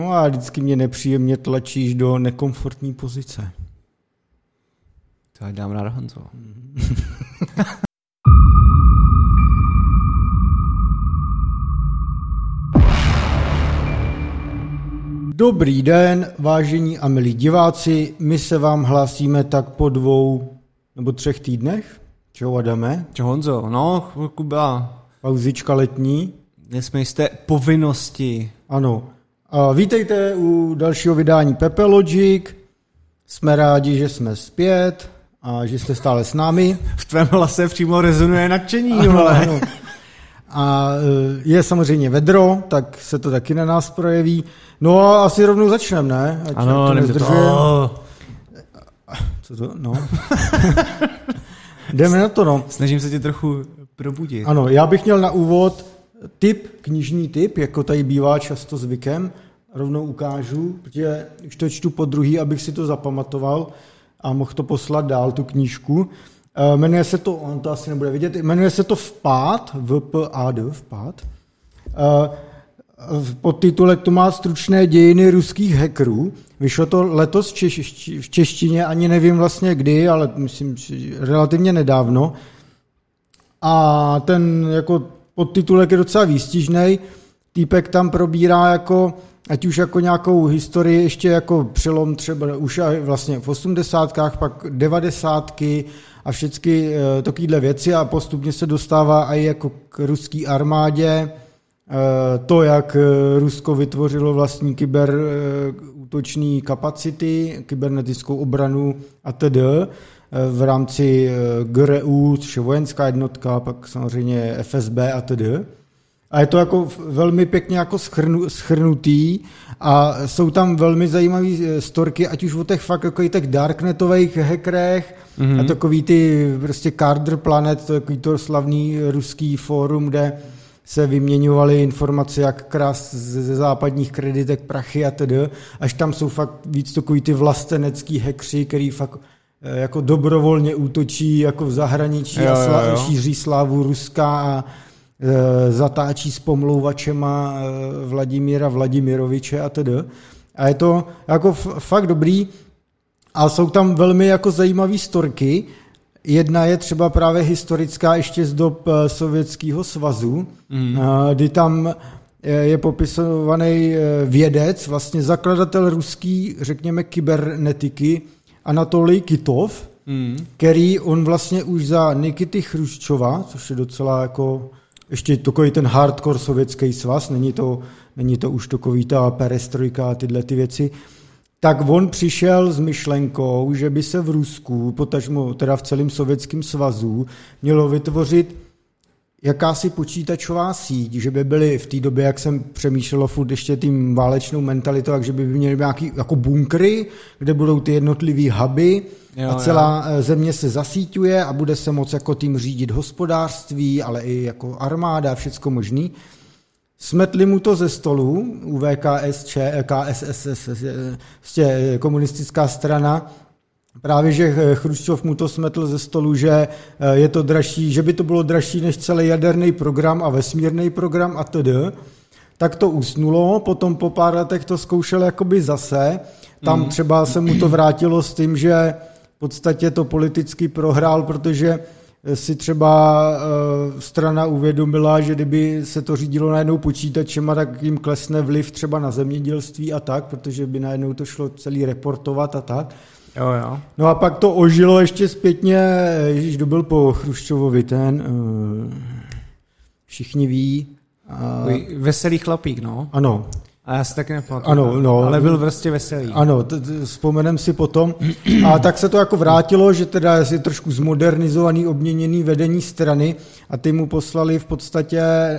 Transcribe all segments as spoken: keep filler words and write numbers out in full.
No a vždycky mě nepříjemně tlačíš do nekomfortní pozice. To já dám rád, Honzo. Dobrý den, vážení a milí diváci, my se vám hlásíme tak po dvou nebo třech týdnech. Čau Adame. Čau Honzo, no chvilku byla. Pauzička letní. Dnes jsme jisté povinnosti. Ano. A vítejte u dalšího vydání Pepe Logic. Jsme rádi, že jsme zpět a že jste stále s námi. V tvém hlase přímo rezonuje nadšení. Ano, ano. A je samozřejmě vedro, tak se to taky na nás projeví. No a asi rovnou začneme, ne? Ať ano, to nezdržujeme. To... Co to? No. Jdeme na to, no. Snažím se tě trochu probudit. Ano, já bych měl na úvod tip, knižní tip, jako tady bývá často zvykem. Rovnou ukážu, protože už to čtu po druhý, abych si to zapamatoval a mohl to poslat dál, tu knížku. Jmenuje se to, on to asi nebude vidět, jmenuje se to Vpád, V P A D, Vpád. V podtitulek to má Stručné dějiny ruských hackerů. Vyšlo to letos v češtině, ani nevím vlastně kdy, ale myslím, že relativně nedávno. A ten jako podtitulek je docela výstižnej. Týpek tam probírá jako, ať už jako nějakou historii, ještě jako přelom třeba už vlastně v osmdesátkách, pak devadesátky a všechny takovéhle věci a postupně se dostává i jako k ruské armádě. To, jak Rusko vytvořilo vlastní kyberútoční kapacity, kybernetickou obranu a tedy v rámci G R U, což je vojenská jednotka, pak samozřejmě F S B a tedy. A je to jako velmi pěkně jako schrnutý a jsou tam velmi zajímavé storky, ať už o těch fakt jako těch darknetových hackerech mm-hmm. a takový ty prostě Carder Planet, takový to slavný ruský fórum, kde se vyměňovaly informace, jak krást ze západních kreditek prachy a tedy, až tam jsou fakt víc takový ty vlastenecký hackři, který fakt jako dobrovolně útočí jako v zahraničí jo, a sla, jo, jo. šíří slávu Ruska a e, zatáčí s pomlouvačema e, Vladimíra Vladimiroviče a tedy. A je to jako f, fakt dobrý a jsou tam velmi jako zajímavý storky. Jedna je třeba právě historická ještě z dob Sovětského svazu, mm. kdy tam je popisovaný vědec, vlastně zakladatel ruský, řekněme, kybernetiky, Anatolij Kitov, mm. který on vlastně už za Nikity Chruščova, což je docela jako ještě takový ten hardcore sovětský svaz, není to, není to už takový ta perestrojka a tyhle ty věci, tak on přišel s myšlenkou, že by se v Rusku, potažmo teda v celém Sovětském svazu, mělo vytvořit jakási počítačová síť, že by byly v té době, jak jsem přemýšlel furt ještě tím válečnou mentalitou, takže by měly nějaký jako bunkry, kde budou ty jednotlivý huby jo, a celá jo. země se zasíťuje a bude se moct jako tým řídit hospodářství, ale i jako armáda, všecko možný. Smetli mu to ze stolu, u V K S Č, K S S S, vlastně komunistická strana, právě že Chruščov mu to smetl ze stolu, že je to dražší, že by to bylo dražší než celý jaderný program a vesmírný program a tedy. Tak to usnulo, potom po pár letech to zkoušel jakoby zase, tam třeba se mu to vrátilo s tím, že v podstatě to politicky prohrál, protože si třeba uh, strana uvědomila, že kdyby se to řídilo najednou počítačema, tak jim klesne vliv třeba na zemědělství a tak, protože by najednou to šlo celý reportovat a tak. Jo, jo. No a pak to ožilo ještě zpětně, ježíš, kdo byl po Chruščovovi, ten, uh, všichni ví. Uh, Veselý chlapík, no. Ano. A já si taky nepamatuju. Ano, no. Ale byl prostě veselý. Ano, t- t- vzpomenem si potom. A tak se to jako vrátilo, že teda je trošku zmodernizovaný, obměněný vedení strany a ty mu poslali v podstatě eh,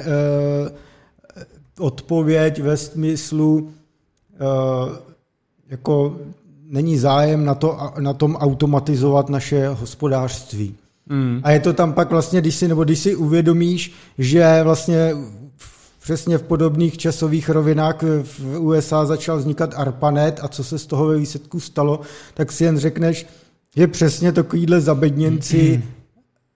odpověď ve smyslu eh, jako není zájem na, to, na tom automatizovat naše hospodářství. Mm. A je to tam pak vlastně, když si, nebo když si uvědomíš, že vlastně přesně v podobných časových rovinách v U S A začal vznikat ARPANET a co se z toho ve výsledku stalo, tak si jen řekneš, že přesně takovýhle zabedněnci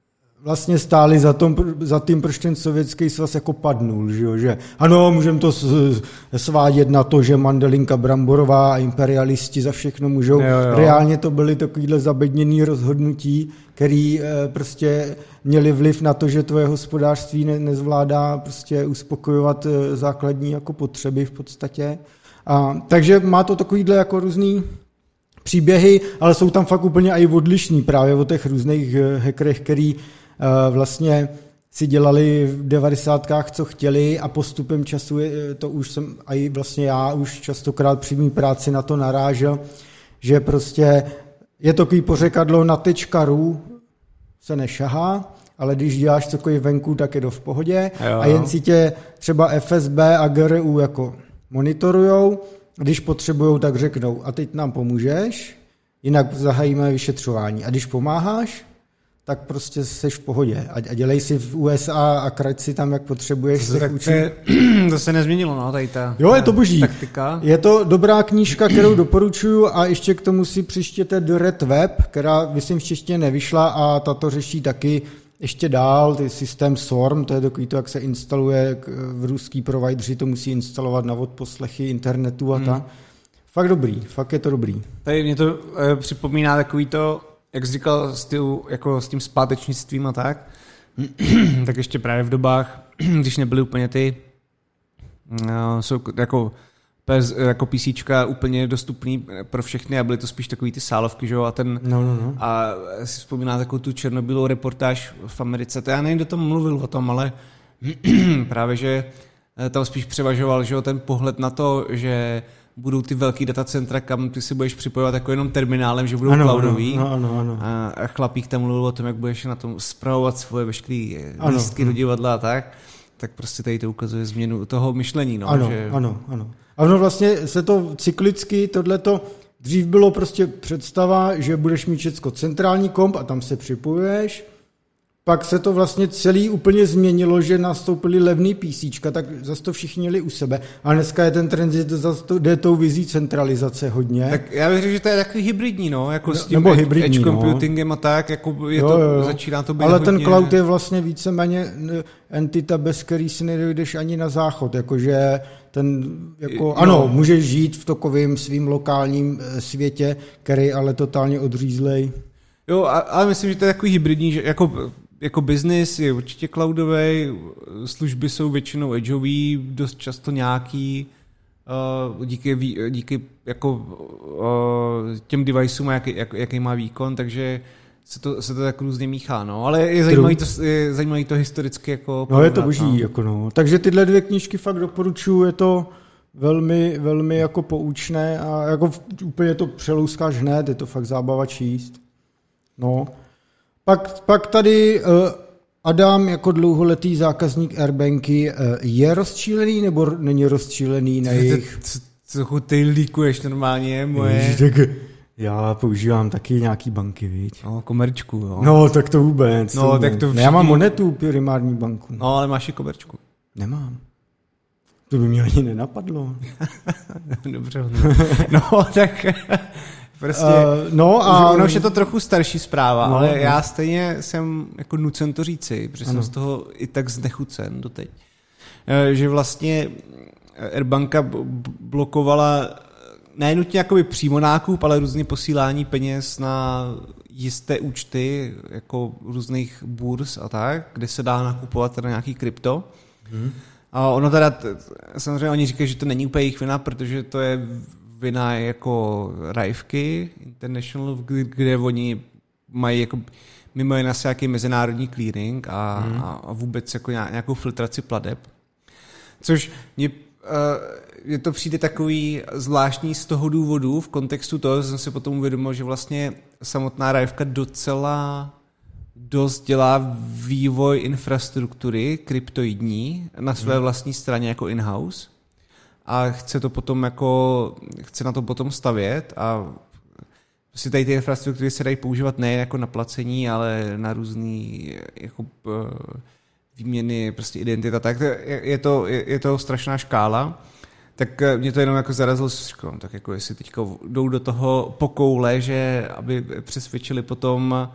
vlastně stáli za, tom, za tím, proč ten Sovětský svaz jako padnul, že, jo? Že ano, můžeme to svádět na to, že Mandelinka Bramborová a imperialisti za všechno můžou. Jo, jo. Reálně to byly takovýhle zabedněný rozhodnutí, který e, prostě měli vliv na to, že tvoje hospodářství ne, nezvládá prostě uspokojovat e, základní jako potřeby v podstatě. A, takže má to takovýhle jako různý příběhy, ale jsou tam fakt úplně i odlišní právě o těch různých hackerech, který uh, vlastně si dělali v devadesátkách, co chtěli a postupem času je, to už jsem, a i vlastně já už častokrát při mý práci na to narážel, že prostě je to takový pořekadlo na tečkaru se nešahá, ale když děláš cokoliv venku, tak je to v pohodě jo. A jen si tě třeba F S B a G R U jako monitorujou. Když potřebujou, tak řeknou, a teď nám pomůžeš, jinak zahajíme vyšetřování. A když pomáháš, tak prostě seš v pohodě. A dělej si v U S A a krať si tam, jak potřebuješ. To, tak to, je, to se nezměnilo, no, tady ta jo, je to boží. Taktika. Je to dobrá knížka, kterou doporučuju a ještě k tomu si přištěte The Red Web, která, myslím, v češtině nevyšla a tato řeší taky ještě dál, ty systém S O R M, to je takový to, jak se instaluje v ruský provideři, to musí instalovat na odposlechy internetu a hmm. tak. Fakt dobrý, fakt je to dobrý. Tady mě to e, připomíná takový to, jak jsi říkal, s, tý, jako s tím zpátečnictvím a tak, tak ještě právě v dobách, když nebyly úplně ty no, jsou jako jako PCčka úplně dostupný pro všechny a byly to spíš takový ty sálovky, že jo, a ten no, no, no. a si vzpomíná takovou tu černobylou reportáž v Americe, to já nevím, kdo tam mluvil o tom, ale právě, že tam spíš převažoval, že jo, ten pohled na to, že budou ty velký datacentra, kam ty si budeš připojovat jako jenom terminálem, že budou ano, cloudový. Ano, ano, ano. A chlapík tam mluvil o tom, jak budeš na tom spravovat svoje veškerý lístky do divadla a tak, tak prostě tady to ukazuje změnu toho myšlení. No, ano, že... ano, ano. A ono vlastně se to cyklicky, tohleto, dřív bylo prostě představa, že budeš mít všecko centrální komp a tam se připojuješ, pak se to vlastně celý úplně změnilo, že nastoupily levný PCčka, tak zase to všichni měli u sebe. A dneska je ten trend, že to zase to, jde tou vizí centralizace hodně. Tak já bych řekl, že to je takový hybridní, no, jako no, s tím edge computingem no. a tak, jako je jo, to, jo. začíná to být ale hodně... ten cloud je vlastně víceméně entita, bez který si nedojdeš ani na záchod, jakože ten, jako, no. ano, můžeš žít v takovém svým lokálním světě, který ale totálně odřízlej. Jo, ale myslím, že to je takový hybridní, že jako... Jako business je určitě cloudový, služby jsou většinou edgeový, dost často nějaký, uh, díky, díky jako, uh, těm deviceům, jaký, jak, jaký má výkon, takže se to, se to tak různě míchá, no. Ale je zajímavý to, je zajímavý to historicky jako... No je to boží, no. Jako no. Takže tyhle dvě knížky fakt doporučuji, je to velmi, velmi jako poučné a jako úplně to přelouskáš hned, je to fakt zábava číst. No. Pak, pak tady uh, Adam jako dlouholetý zákazník Airbanky uh, je rozčílený nebo není rozčílený na jejich... Co ty líkuješ normálně, moje... Ježiš, tak já používám taky nějaký banky, viď? No, komerčku, jo. No, tak to vůbec. No, to vůbec. tak to všichni... Já mám monetu primární banku. No, ale máš i komerčku. Nemám. To by mě ani nenapadlo. Dobře. No, tak... Prostě, uh, no a... Ono už je to trochu starší zpráva, no, ale no. Já stejně jsem jako nucen to říci, protože ano. jsem z toho i tak znechucen doteď. Že vlastně Airbanka blokovala nenutně jakoby přímo nákup, ale různě posílání peněz na jisté účty, jako různých burz a tak, kde se dá nakupovat teda nějaký krypto. Hmm. A ono teda, samozřejmě oni říkají, že to není úplně jejich vina, protože to je vina jako Rajvky International, kde oni mají jako mimo jiné asi nějaký mezinárodní clearing a, hmm. a vůbec jako nějakou filtraci plateb. Což mě, uh, to přijde takový zvláštní z toho důvodu, v kontextu toho, že jsem si potom uvědomil, že vlastně samotná Rajvka docela dost dělá vývoj infrastruktury kryptoidní na své hmm. vlastní straně jako in-house. A chce to potom jako, chce na to potom stavět a prostě tady ty infrastruktury se dají používat ne jako na placení, ale na různý jako výměny prostě identita. Tak je to, je to strašná škála. Tak mě to jenom jako zarazilo, tak jako jestli teďka jdou do toho po koule, že aby přesvědčili potom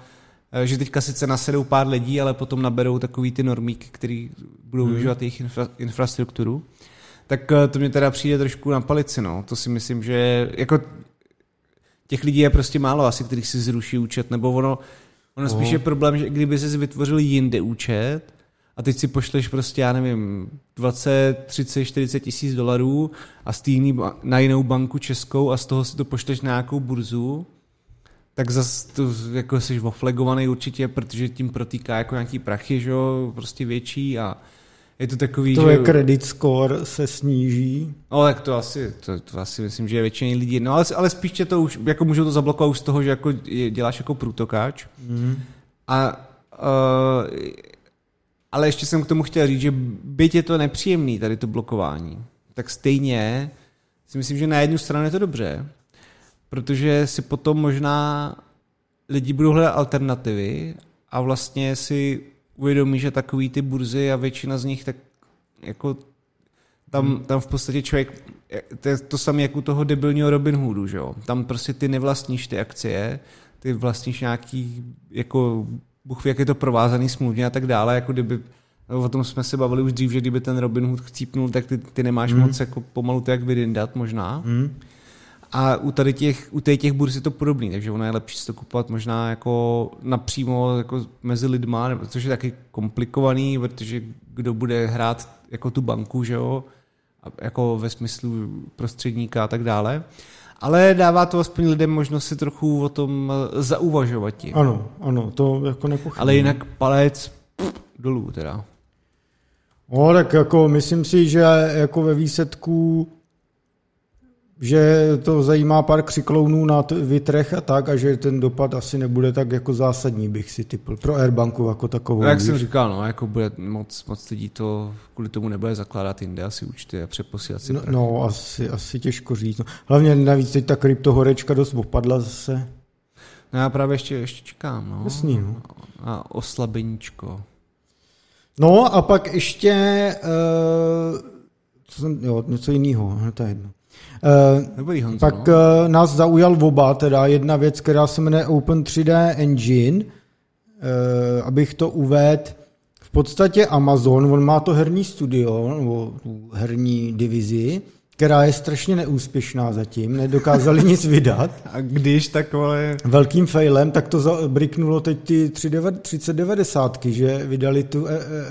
že teďka sice nasedou pár lidí, ale potom naberou takový ty normíky, který budou hmm. využívat jejich infra, infrastrukturu. Tak to mě teda přijde trošku na palici, no. To si myslím, že jako těch lidí je prostě málo asi, kterých si zruší účet, nebo ono, ono spíš je problém, že kdyby jsi vytvořil jinde účet a teď si pošleš prostě, já nevím, dvacet, třicet, čtyřicet tisíc dolarů a z týdní na jinou banku českou a z toho si to pošleš na nějakou burzu, tak zase to jako jsi oflegovaný určitě, protože tím protýká jako nějaký prachy, že jo, prostě větší a je to takový, to že... To credit score se sníží. No tak to asi, to, to asi myslím, že je většině lidí, no ale, ale spíš tě to už, jako můžou to zablokovat už z toho, že jako děláš jako průtokáč. Mm. A, uh, ale ještě jsem k tomu chtěl říct, že byť je to nepříjemný, tady to blokování, tak stejně si myslím, že na jednu stranu je to dobře, protože si potom možná lidi budou hledat alternativy a vlastně si uvědomí, že takový ty burzy a většina z nich tak jako tam, hmm. tam v podstatě člověk, to je to samé jako u toho debilního Robin Hoodu, že jo? Tam prostě ty nevlastníš ty akcie, ty vlastníš nějaký, jako Bůh ví, jak je to provázaný smluvně a tak dále, jako kdyby, o tom jsme se bavili už dřív, že kdyby ten Robin Hood chcípnul, tak ty, ty nemáš hmm. moc jako pomalu to jak vydindat možná. Hmm. A u tady těch, u těch burz je to podobný, takže ono je lepší si to kupovat možná jako napřímo jako mezi lidma, což je taky komplikovaný, protože kdo bude hrát jako tu banku, že jo, jako ve smyslu prostředníka a tak dále. Ale dává to aspoň lidem možnost si trochu o tom zauvažovat tím. Ano, ano, to jako nepochybně. Ale jinak palec pff, dolů teda. No, tak jako myslím si, že jako ve výsledku že to zajímá pár křiklounů na Twitterech a tak a že ten dopad asi nebude tak jako zásadní, bych si typl. Pro Airbanku jako takovou. No, jak jsem říkal, no, jako bude moc, moc lidí to kvůli tomu nebude zakládat jinde asi účty a přeposílat si no, no, asi, asi těžko říct. No. Hlavně navíc teď ta kryptohorečka dost opadla zase. No já právě ještě, ještě čekám. No. Jasný, no. A oslabeníčko. No a pak ještě uh, co jsem, jo, něco jiného, to je jedno. Uh, Dobrý, Honzo, pak no. uh, nás zaujal oba, teda jedna věc, která se jmenuje Open tři dé Engine, uh, abych to uvedl. V podstatě Amazon, on má to herní studio, nebo herní divizi, která je strašně neúspěšná zatím, nedokázali nic vydat. A když takové... Velkým failem, tak to briknulo teď ty třicet devadesát, že vydali tu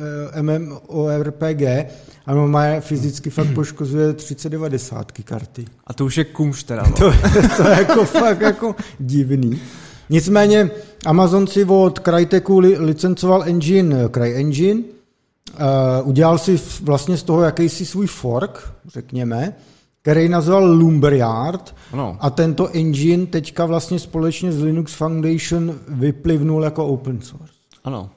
MMORPG a on má fyzicky fakt poškozuje třicet devadesát karty. A to už je kumš teda. to, to je jako fakt jako divný. Nicméně Amazon si od Cryteku licencoval engine CryEngine, Uh, udělal si vlastně z toho jakýsi svůj fork, řekněme, který nazval Lumberyard no. A tento engine teďka vlastně společně s Linux Foundation vyplivnul jako open source. Ano.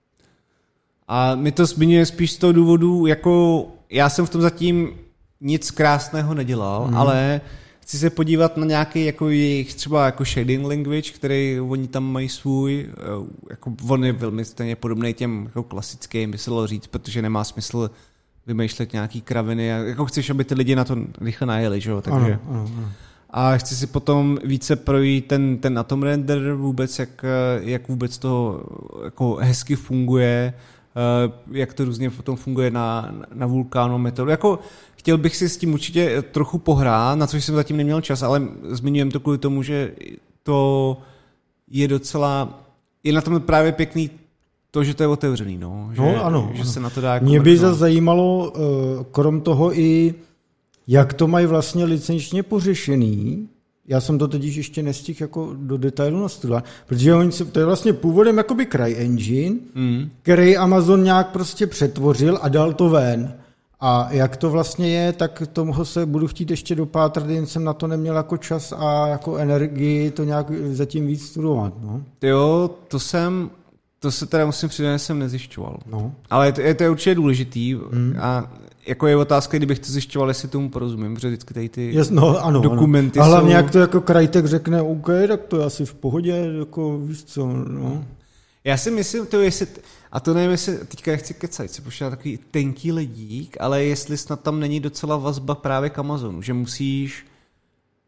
A mi to zmiňuje spíš z toho důvodu, jako já jsem v tom zatím nic krásného nedělal, mm. ale chci se podívat na nějaký jako jejich třeba jako shading language, který oni tam mají svůj, jako on je velmi stejně podobný těm jako klasickým, by se dalo říct, protože nemá smysl vymýšlet nějaký kraviny, a jako chceš, aby ty lidi na to rychle najeli, že jo, takže. Ano, ano, ano. A chci si potom více projít ten, ten atom render vůbec, jak, jak vůbec to jako hezky funguje, jak to různě potom funguje na, na vulkánu, metalu. Jako chtěl bych si s tím určitě trochu pohrát, na což jsem zatím neměl čas, ale zmiňujem to kvůli tomu, že to je docela, je na tom právě pěkný to, že to je otevřený, no. Že, no ano. Že ano. se na to dá jako Mě by zase zajímalo, krom toho i, jak to mají vlastně licenčně pořešený. Já jsem to totiž ještě nestihl jako do detailu nastudovat, protože oni se, to je vlastně původem jakoby CryEngine, mm. který Amazon nějak prostě přetvořil a dal to ven. A jak to vlastně je, tak tomu se budu chtít ještě dopátrat, jen jsem na to neměl jako čas a jako energii to nějak zatím víc studovat. No. Jo, to jsem, to se teda musím přidat, že jsem nezjišťoval. No. Ale to je, to je určitě důležitý mm. a jako je otázka, kdybych to zjišťoval, jestli tomu porozumím, protože vždycky tady ty Yes, no, ano, dokumenty ano. A hlavně jsou... jak to jako Crytek řekne, OK, tak to je asi v pohodě, jako víš co, no. Já si myslím, to jestli, a to nevím, jestli, teďka nechci kecat, se počítá takový tenký ledík, ale jestli snad tam není docela vazba právě k Amazonu, že musíš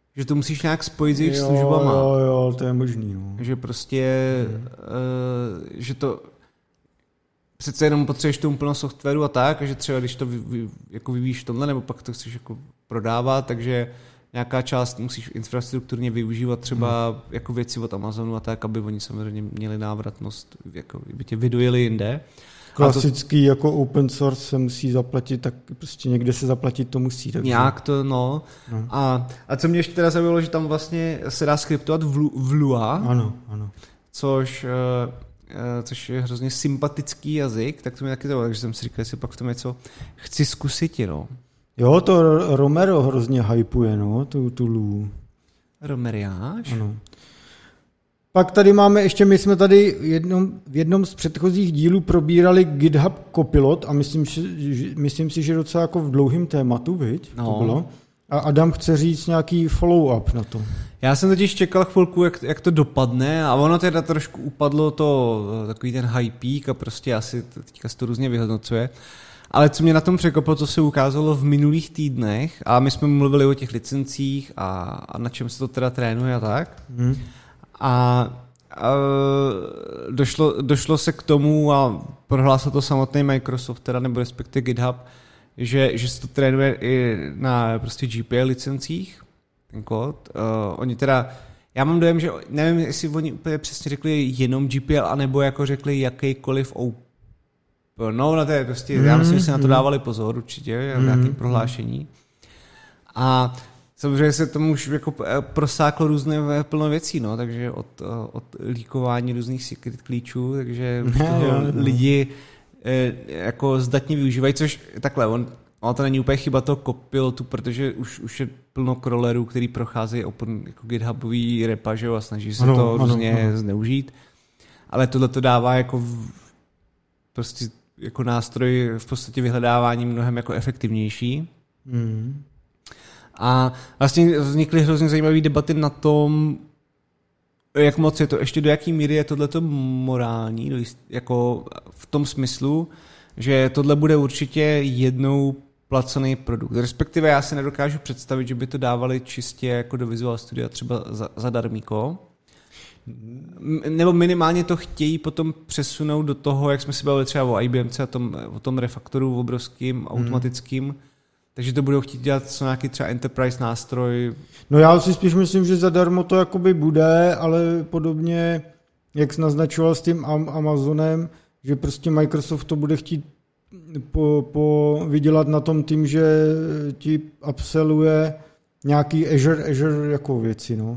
že to musíš nějak spojit s jejich službama. Jo, jo, to je možný. No. Že prostě, hmm. uh, že to přece jenom potřebuješ tomu plno softwaru a tak, a že třeba když to vy, vy, jako vyvíjíš v tomhle, nebo pak to chceš jako prodávat, takže nějaká část musíš infrastrukturně využívat třeba hmm. jako věci od Amazonu a tak, aby oni samozřejmě měli návratnost, jako by tě vydojili jinde. Klasický to, jako open source se musí zaplatit, tak prostě někde se zaplatit to musí. Takže. Nějak to, no. no. A, a co mě ještě teda zaujalo, že tam vlastně se dá skriptovat v, v Lua. Ano, ano. Což, uh, uh, což je hrozně sympatický jazyk, tak to mě taky zaujalo, takže jsem si říkal, jestli pak v tom něco chci zkusit, no. Jo, to Romero hrozně hypuje, no, tu, tu Luu. Romeriáš? Ano. Pak tady máme ještě, my jsme tady jednom, v jednom z předchozích dílů probírali GitHub Copilot a myslím, že, myslím si, že docela jako v dlouhým tématu, viď? No. To bylo. A Adam chce říct nějaký follow-up na to. Já jsem totiž čekal chvilku, jak, jak to dopadne a ono teda trošku upadlo to, takový ten hypík a prostě asi teďka se to různě vyhodnocuje. Ale co mě na tom překvapilo, co se ukázalo v minulých týdnech, a my jsme mluvili o těch licencích a, a na čem se to teda trénuje a tak. Hmm. A, a došlo, došlo se k tomu a prohlásil to samotný Microsoft, teda nebo respektive GitHub, že, že se to trénuje i na prostě G P L licencích, ten kód. Uh, oni teda, já mám dojem, že nevím, jestli oni úplně přesně řekli jenom G P L, anebo jako řekli jakýkoliv open. No, na to je prostě, mm, já myslím, že si na to dávali pozor určitě, v nějakém prohlášení. A samozřejmě se tomu už jako prosáklo různé plno věcí, no, takže od, od líkování různých secret klíčů, takže už toho lidi jako zdatně využívají, což takhle, on, on to není úplně chyba toho Copilotu, protože už, už je plno crawlerů, který procházejí open jako GitHubový repa, že jo, a snaží se ano, to ano, různě ano. zneužít, ale tohle to dává jako v, prostě jako nástroj v podstatě vyhledávání mnohem jako efektivnější. Mm. A vlastně vznikly hrozně zajímavé debaty na tom, jak moc je to, ještě do jaký míry je tohleto morální, jako v tom smyslu, že tohle bude určitě jednou placený produkt. Respektive já si nedokážu představit, že by to dávali čistě jako do Visual Studia třeba za, za darmíko. Nebo minimálně to chtějí potom přesunout do toho, jak jsme si bavili třeba o I B M C a tom, o tom refaktoru obrovským, automatickým, hmm. takže to budou chtít dělat co nějaký třeba enterprise nástroj. No já si spíš myslím, že zadarmo to jakoby bude, ale podobně, jak jsi naznačoval s tím Amazonem, že prostě Microsoft to bude chtít po, po vydělat na tom tím, že ti upselluje nějaký Azure, Azure jako věci, no.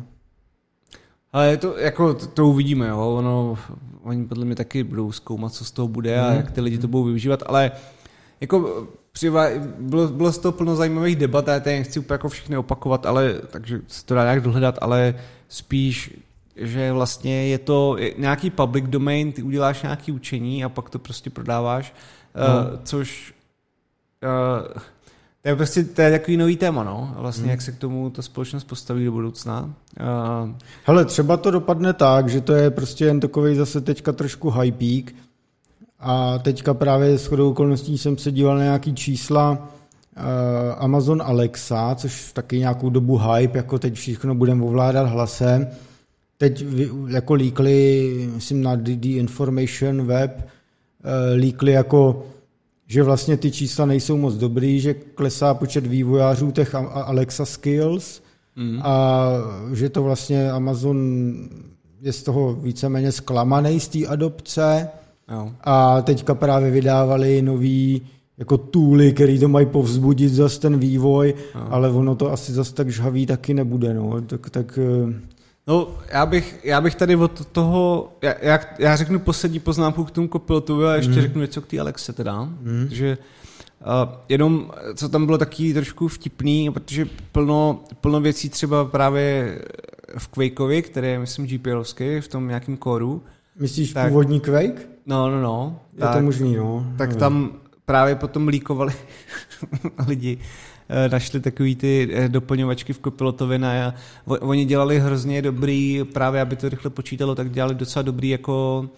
Ale to, jako, to, to uvidíme, jo. Ono, oni podle mě taky budou zkoumat, co z toho bude a mm. jak ty lidi to budou využívat, ale jako přiva, bylo, bylo z toho plno zajímavých debat, já tady nechci úplně jako všechny opakovat, ale takže se to dá nějak dohledat, ale spíš, že vlastně je to nějaký public domain, ty uděláš nějaký učení a pak to prostě prodáváš, no. uh, což uh, to je prostě to je takový nový téma, no. A vlastně hmm. jak se k tomu ta společnost postaví do budoucna. Uh... Hele, třeba to dopadne tak, že to je prostě jen takovej zase teďka trošku hypík a teďka právě shodou okolností jsem se díval na nějaký čísla uh, Amazon Alexa, což taky nějakou dobu hype, jako teď všechno budeme ovládat hlasem. Teď jako líkli, myslím na The Information Web, uh, líkli jako že vlastně ty čísla nejsou moc dobrý, že klesá počet vývojářů těch Alexa skills mm. a že to vlastně Amazon je z toho víceméně zklamaný z té adopce jo. A teďka právě vydávali nový jako tooly, který to mají povzbudit zase ten vývoj, jo. Ale ono to asi zase tak žhavý taky nebude, no, tak... tak No, já bych, já bych tady od toho, já, já, já řeknu poslední poznámku k tomu Copilotu a ještě mm. řeknu něco k té Alexe teda, mm. protože uh, jenom, co tam bylo taky trošku vtipný, protože plno, plno věcí třeba právě v Quakeovi, který je, myslím, G P L-ovský, v tom nějakém kóru. Myslíš tak, původní Quake? No, no, no. Je tak, to možný, no. Tak nevím. Tam právě potom líkovali lidi, našli takový ty doplňovačky v Copilotovi a oni dělali hrozně dobrý, právě aby to rychle počítalo, tak dělali docela dobrý jako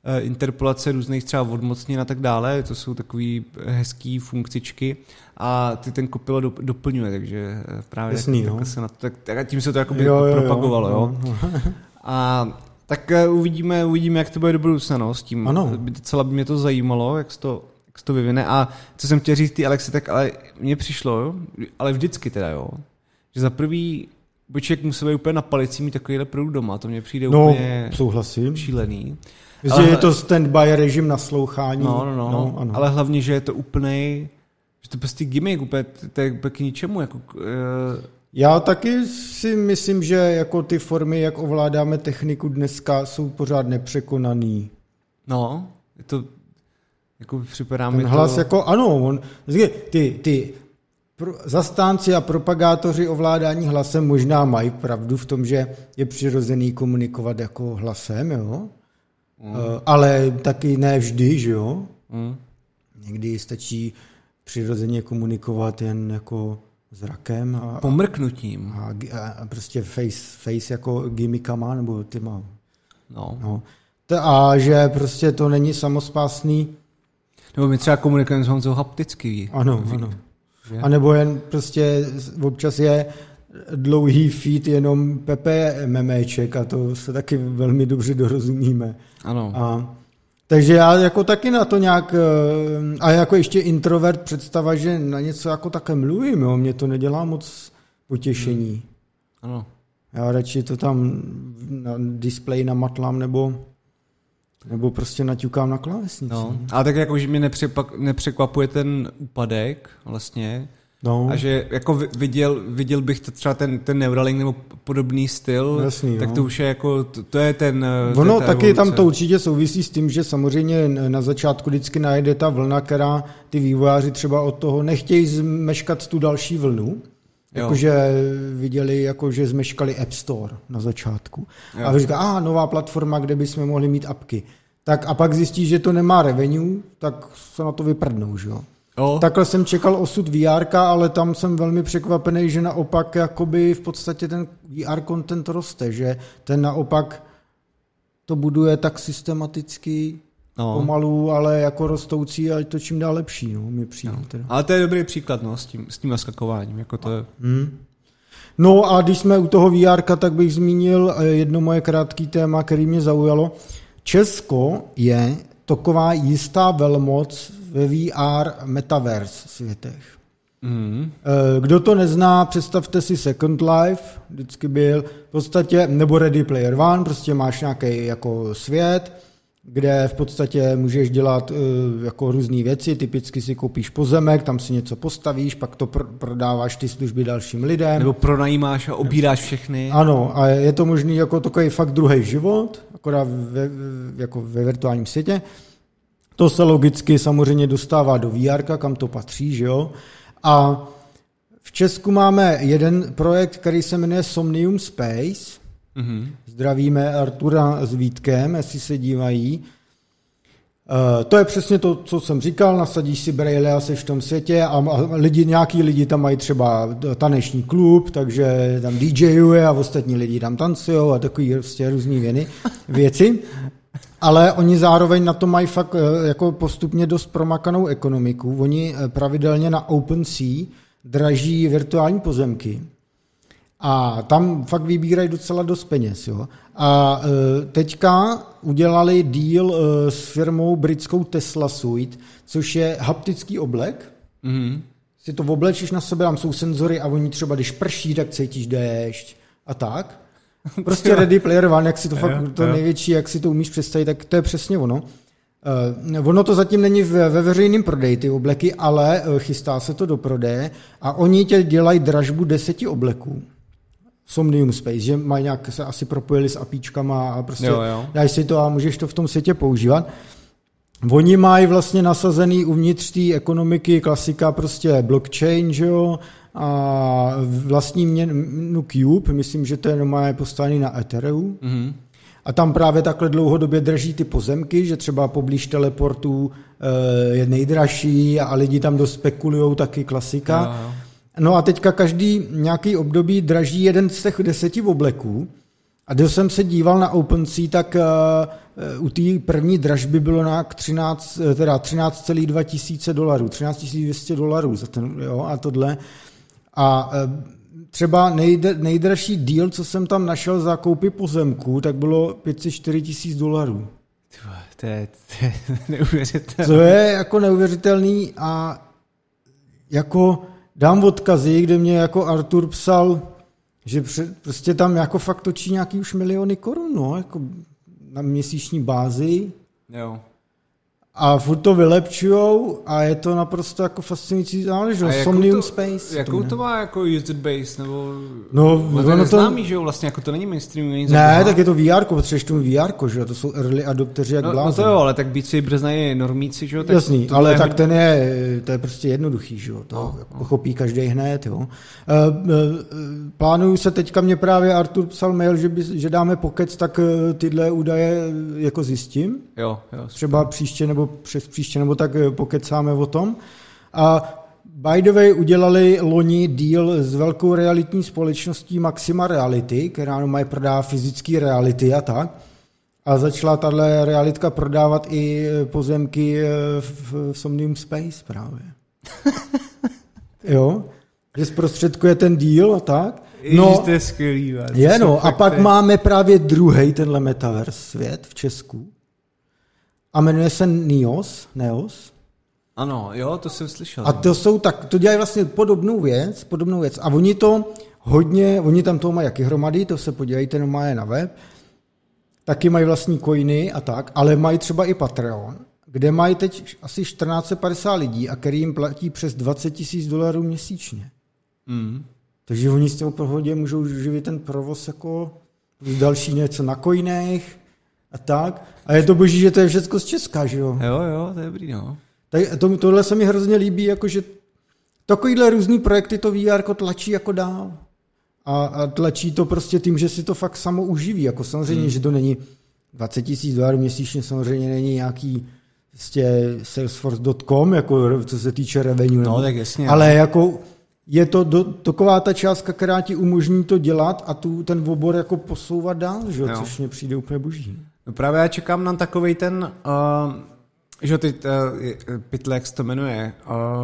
interpolace různých třeba odmocnin a tak dále, to jsou takový hezký funkcičky a ty ten Copilot doplňuje, takže právě Jasný, tak, no. se na to, tak, tím se to jako jo, jo, propagovalo. Jo, jo. jo. A tak uvidíme, uvidíme, jak to bude do budoucna, no, s tím. Ano. Docela by mě to zajímalo, jak se to, jak se to vyvine. A co jsem chtěl říct ty Alexi, tak ale mně přišlo, jo, ale vždycky teda, jo, že za prvý Boček musel být úplně na palici mít takovýhle produkt doma, to mně přijde no, úplně souhlasím. šílený. Že ale je to stand-by režim naslouchání. No, no, no, no ano. Ale hlavně, že je to úplnej, že to prostě gimmick, úplně, to je úplně k ničemu, jako... Uh... Já taky si myslím, že jako ty formy, jak ovládáme techniku dneska, jsou pořád nepřekonaný. No, je to, jako připadá mi Ten to... hlas jako, ano, on, ty, ty pro, zastánci a propagátoři ovládání hlasem možná mají pravdu v tom, že je přirozený komunikovat jako hlasem, jo? Mm. Uh, ale taky ne vždy, že jo? Mm. Někdy stačí přirozeně komunikovat jen jako zrakem. A, pomrknutím. A, a prostě face, face jako gimmickama, nebo tyma. No. no. A že prostě to není samospásný. Nebo my třeba komunikujeme s Honzou hapticky. Ano, ano. A nebo jen prostě občas je dlouhý feed jenom Pepe memeček a to se taky velmi dobře dorozumíme. Ano. A, takže já jako taky na to nějak, a jako ještě introvert představa, že na něco jako také mluvím, jo, mě to nedělá moc potěšení. Hmm. Ano. Já radši to tam na display namatlám nebo nebo prostě naťukám na klávesnici. No. Ale tak jako, že mě nepřepak, nepřekvapuje ten úpadek vlastně. No. A že jako viděl, viděl bych to třeba ten, ten Neuralink nebo podobný styl, Jasný, tak no. to už je jako, to, to je ten... Ono to je taky evoluce. tam to určitě souvisí s tím, že samozřejmě na začátku vždycky najde ta vlna, která ty vývojáři třeba od toho nechtějí zmeškat tu další vlnu. Jakože viděli, jako, že zmeškali App Store na začátku. Jo. A říká, aha, nová platforma, kde bychom mohli mít apky. Tak a pak zjistí, že to nemá revenue, tak se na to vyprdnou, že jo. Jo. Takhle jsem čekal osud V R, ale tam jsem velmi překvapený, že naopak jakoby v podstatě ten V R content roste, že ten naopak to buduje tak systematicky no. pomalu, ale jako rostoucí a to čím dál lepší, no, mi přijde. No. Ale to je dobrý příklad, no, s tím, s tím naskakováním, jako to je... Hmm. No a když jsme u toho V R, tak bych zmínil jedno moje krátké téma, který mě zaujalo. Česko je taková jistá velmoc ve V R metaverse světech. Mm. Kdo to nezná, představte si Second Life, vždycky byl v podstatě, nebo Ready Player One, prostě máš nějaký jako svět, kde v podstatě můžeš dělat uh, jako různé věci, typicky si koupíš pozemek, tam si něco postavíš, pak to pr- prodáváš ty služby dalším lidem. Nebo pronajímáš a obíráš všechny. Ano, a je to možný jako takový fakt druhý život, akorát ve, jako ve virtuálním světě. To se logicky samozřejmě dostává do V R, kam to patří, že jo. A v Česku máme jeden projekt, který se jmenuje Somnium Space. Mm-hmm. Zdravíme Artura s Vítkem, jestli se dívají. Uh, to je přesně to, co jsem říkal, nasadíš si brejle a seš v tom světě a lidi, nějaký lidi tam mají třeba taneční klub, takže tam DJuje a ostatní lidi tam tancujou a takový prostě různý věny, věci. Ale oni zároveň na to mají fakt jako postupně dost promakanou ekonomiku. Oni pravidelně na OpenSea draží virtuální pozemky. A tam fakt vybírají docela dost peněz. Jo. A e, teďka udělali deal e, s firmou britskou Tesla Suite, což je haptický oblek. Mm-hmm. Si to oblečíš na sebe, tam jsou senzory a oni třeba, když prší, tak cítíš déšť a tak. Prostě Ready Player One, jak si to fakt, to největší, jak si to umíš představit, tak to je přesně ono. Uh, ono to zatím není ve, ve veřejném prodeji, ty obleky, ale uh, chystá se to do prodeje a oni tě dělají dražbu deseti obleků. Somnium Space, že mají nějak se asi propojili s apíčkama a prostě jo, jo. dáš si to a můžeš to v tom světě používat. Oni mají vlastně nasazený uvnitř té ekonomiky klasika prostě blockchain, že jo, a vlastní měnu Cube, myslím, že to je normálně postavený na Ethereum. Mm-hmm. A tam právě takhle dlouhodobě drží ty pozemky, že třeba poblíž teleportu e, je nejdražší a lidi tam dost spekulujou, taky klasika. Jo, jo. No a teďka každý nějaký období draží jeden z těch deseti obleků. A když jsem se díval na OpenSea, tak u té první dražby bylo nějak třináct, teda třináct celá dva tisíce dolarů, třináct tisíc dvě stě dolarů za ten, jo, a tohle. A třeba nejde, nejdražší deal, co jsem tam našel za koupy pozemku, tak bylo pět set čtyři tisíc dolarů. To je, to je neuvěřitelný. To je jako neuvěřitelný a jako dám odkazy, kde mě jako Artur psal, že prostě tam jako fakt točí nějaký už miliony korun, no, jako na měsíční bázi. Jo. A furt to vylepčujou a je to naprosto jako fascinující záležitost. Somnium to, Space. Jakou to, to má jako user base? Nebo no, no to neznámý, to... že jo? Vlastně jako to není mainstream. Není ne, tak je to V R, potřebuješ tomu V R, že jo? To jsou early adopteři jak no, blázen. No to jo, ale tak Beat Saber znají normíci, že jo? Tak jasný, ale tak ten je, to je prostě jednoduchý, že jo? To no, no. pochopí každý hned, jo? Plánuju se teďka, mě právě Artur psal mail, že, by, že dáme pokec, tak tyhle údaje jako zjistím. Jo, jo. Třeba příště nebo přes příště, nebo tak pokecáme o tom. A by the way udělali loni deal s velkou realitní společností Maxima Reality, která no mají prodává fyzické reality a tak. A začala tahle realitka prodávat i pozemky v, v Somnium Space právě. Jo, že zprostředkuje ten deal a tak. No, Ježiš, to je skvělý. Je no, a pak máme právě druhej tenhle metaverse svět v Česku. A jmenuje se Neos, Neos. Ano, jo, to jsem slyšel. A to jsou tak, to dělají vlastně podobnou věc, podobnou věc. A oni to hodně, oni tam toho mají jaký hromady, to se podívejte, no mají na web. Taky mají vlastní coiny a tak, ale mají třeba i Patreon, kde mají teď asi čtrnáct set padesát lidí a který jim platí přes dvacet tisíc dolarů měsíčně. Mm. Takže oni s tím pohodě můžou živit ten provoz jako další něco na coinech a tak. A je to boží, že to je všechno z Česka, že jo? Jo, jo, to je dobrý, no. Tak to, tohle se mi hrozně líbí, jakože takovýhle různý projekty to V R tlačí jako dál. A, a tlačí to prostě tím, že si to fakt samo uživí. Jako samozřejmě, hmm. že to není dvacet tisíc dolarů měsíčně, samozřejmě není nějaký prostě salesforce tečka com, jako co se týče revenue. No, tak jasně. Ale jako je to do, taková ta částka, která ti umožní to dělat a tu ten obor jako posouvat dál, že? Což mě přijde úplně boží. No právě já čekám na takovej ten, uh, že ty uh, pytle, jak se to jmenuje,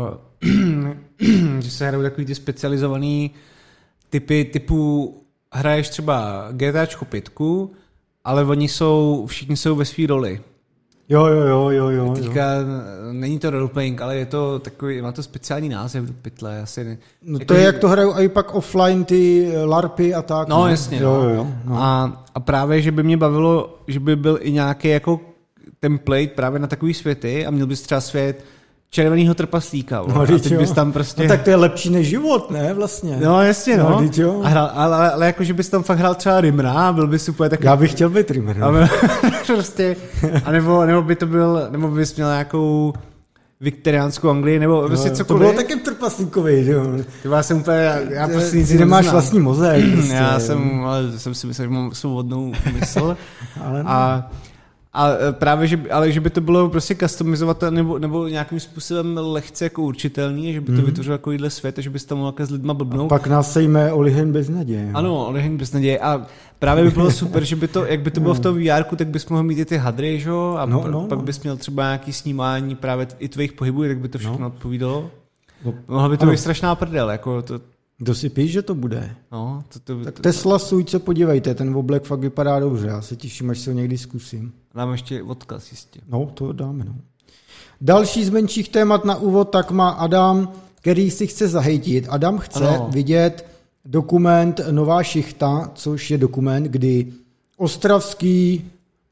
uh, že se hrajou takový ty specializovaný typy, typu hraješ třeba GTAčko pětku, ale oni jsou, všichni jsou ve svý roli. Jo, jo, jo, jo, jo. Teďka jo. Není to roleplaying, ale je to takový, má to speciální název do pytle. Asi ne, no to je, jak to hrajou i pak offline ty larpy a tak. No, ne? jasně. Jo, no. Jo, jo, no. A, a právě, že by mě bavilo, že by byl i nějaký jako template právě na takový světy a měl bys třeba svět červenýho trpaslíka. No, a teď bys tam prostě... no tak to je lepší než život, ne, vlastně. No, jasně, no. no a hrál, ale, ale, ale jako, že bys tam fakt hrál třeba Rimra, byl bys úplně takový... Já bych chtěl být Rimra. A prostě, a nebo, nebo by to byl, nebo bys měl nějakou viktoriánskou Anglii, nebo no, prostě cokoliv. To bylo taky trpaslíkový, že jo. Ty já jsem úplně, já, já prostě nic nemáš neznám. Vlastní mozek. Prostě. Já jsem, ale jsem si myslel, že mám svobodnou mysl. ale no. A A právě, že, ale že by to bylo prostě customizovatelné nebo, nebo nějakým způsobem lehce jako určitelný, že by to mm. vytvořilo takovýhle svět, že bys tam mohl s lidma blbnout. A pak nás sejme Olihen bez naděje. Ano, Olihen bez naděje. A právě by bylo super, že by to, jak by to bylo v tom V R ku, tak bys mohl mít i ty hadry, že? A no, no, pak no. bys měl třeba nějaký snímání právě i tvých pohybů, tak by to všechno no. odpovídalo. No. Mohla by to ano. být strašná prdel. Jako to... Kdo si píš, že to bude? No, to, to, tak to, Tesla Suite se podívejte, ten oblek fakt vypadá dobře, já se těším, až se ho někdy zkusím. Dáme ještě odkaz jistě. No, to dáme, no. Další z menších témat na úvod, tak má Adam, který si chce zahejtit. Adam chce ano. vidět dokument Nová šichta, což je dokument, kdy ostravský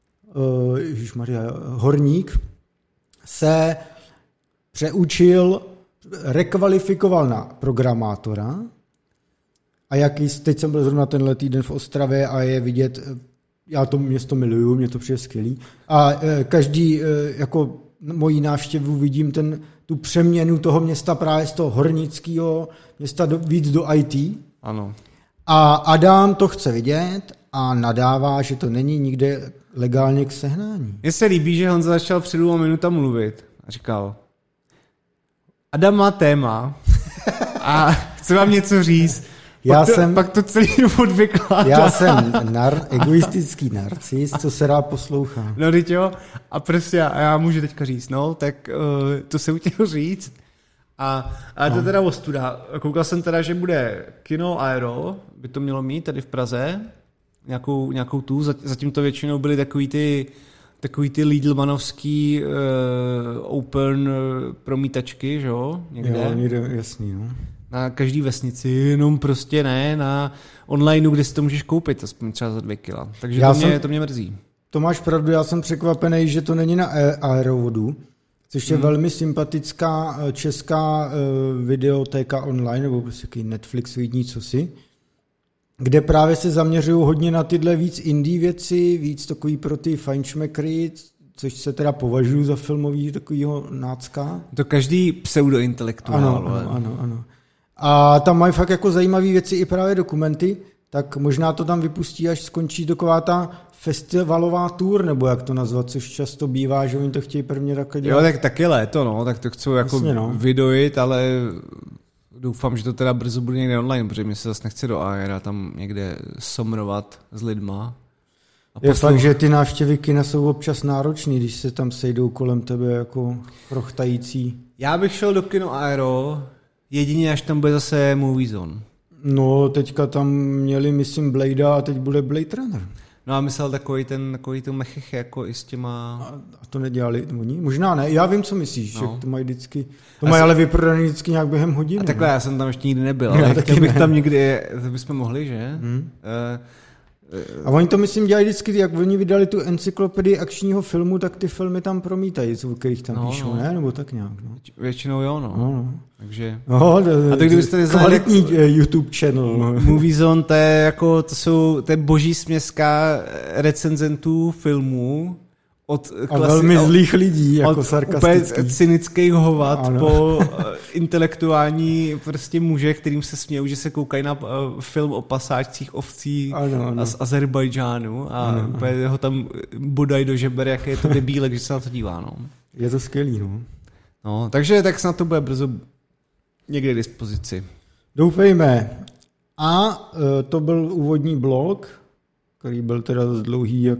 uh, ježišmarja, horník se přeučil, rekvalifikoval na programátora. A jaký, teď jsem byl zrovna tenhle týden v Ostravě a je vidět, já to město miluju, mě to přijde skvělý. A e, každý, e, jako mojí návštěvu vidím ten, tu přeměnu toho města právě z toho hornického města do, víc do í té. Ano. A Adam to chce vidět a nadává, že to není nikde legálně k sehnání. Mně se líbí, že Honza začal před dvěma minuta mluvit a říkal, Adam má téma a chce vám něco říct. Já pak, to, jsem, pak to celý odvykládá. Já jsem nar, egoistický narcis, co se rád poslouchá. No teď jo, a prostě já, já můžu teďka říct, no, tak uh, to jsem chtěl říct. A, a to no. teda ostuda. Koukal jsem teda, že bude kino Aero, by to mělo mít tady v Praze, nějakou, nějakou tu, zatím to většinou byly takový ty takový ty Lidlmanovský uh, open uh, promítačky, že jo, někde. Jo, někde, jasný, no. Na každý vesnici, jenom prostě ne, na onlineu, kde si to můžeš koupit, aspoň třeba za dvě kila. Takže to mě, jsem, to mě mrzí. To máš pravdu, já jsem překvapený, že to není na Aerovodu, což je hmm. velmi sympatická česká uh, videotéka online, nebo prostě Netflix, vidí cosi, kde právě se zaměřují hodně na tyhle víc indie věci, víc takový pro ty fajnšmekry, což se teda považuji za filmový takovýho nácka. To každý pseudointelektuál. Ano, ano, ano, ano. A tam mají fakt jako zajímavé věci i právě dokumenty, tak možná to tam vypustí, až skončí taková ta festivalová tour, nebo jak to nazvat, což často bývá, že oni to chtějí prvně takhle dělat. Jo, tak taky léto, no, tak to chcou jako Jasně, no. vydojit, ale doufám, že to teda brzo bude někde online, protože mi se zase nechce do Aera tam někde somrovat s lidma. A je poslouch... fakt, že ty návštěvy kina jsou občas náročný, když se tam sejdou kolem tebe jako prochtající. Já bych šel do kino Aero, jedině až tam bude zase Movie Zone. No, teďka tam měli, myslím, Bladea a teď bude Blade Runner. No a myslel takový ten, takový ten mechech jako i s těma... A, a to nedělali oni? Možná ne, já vím, co myslíš, no. že to mají vždycky, to mají ale vyprodaný vždycky nějak během hodiny. A takhle, já jsem tam ještě nikdy nebyl, ale chtěl bych ne. tam někdy, to bychom mohli, že? Hmm. Uh, A oni to, myslím, dělají vždycky, jak oni vydali tu encyklopedii akčního filmu, tak ty filmy tam promítají, o kterých tam no, píšou, no. ne? Nebo tak nějak. No. Většinou jo, no. no, no. Takže... No, a tak kdybyste kvalitní jak... YouTube channel. No. Movie Zone, to je jako, to jsou, to je boží směska recenzentů filmů, od a klasi- velmi zlých lidí, jako sarkastických. Od cynických hovat ano. po intelektuální prostě muže, kterým se smějou, že se koukají na film o pasáčcích ovcí ano, ano. z Azerbajdžánu a ano, úplně ano. ho tam bodají do žeber, jak je to debílek, že se na to dívá. No. Je to skvělý, no. no. Takže tak snad to bude brzo někde k dispozici. Doufejme. A to byl úvodní blog, který byl teda dlouhý jak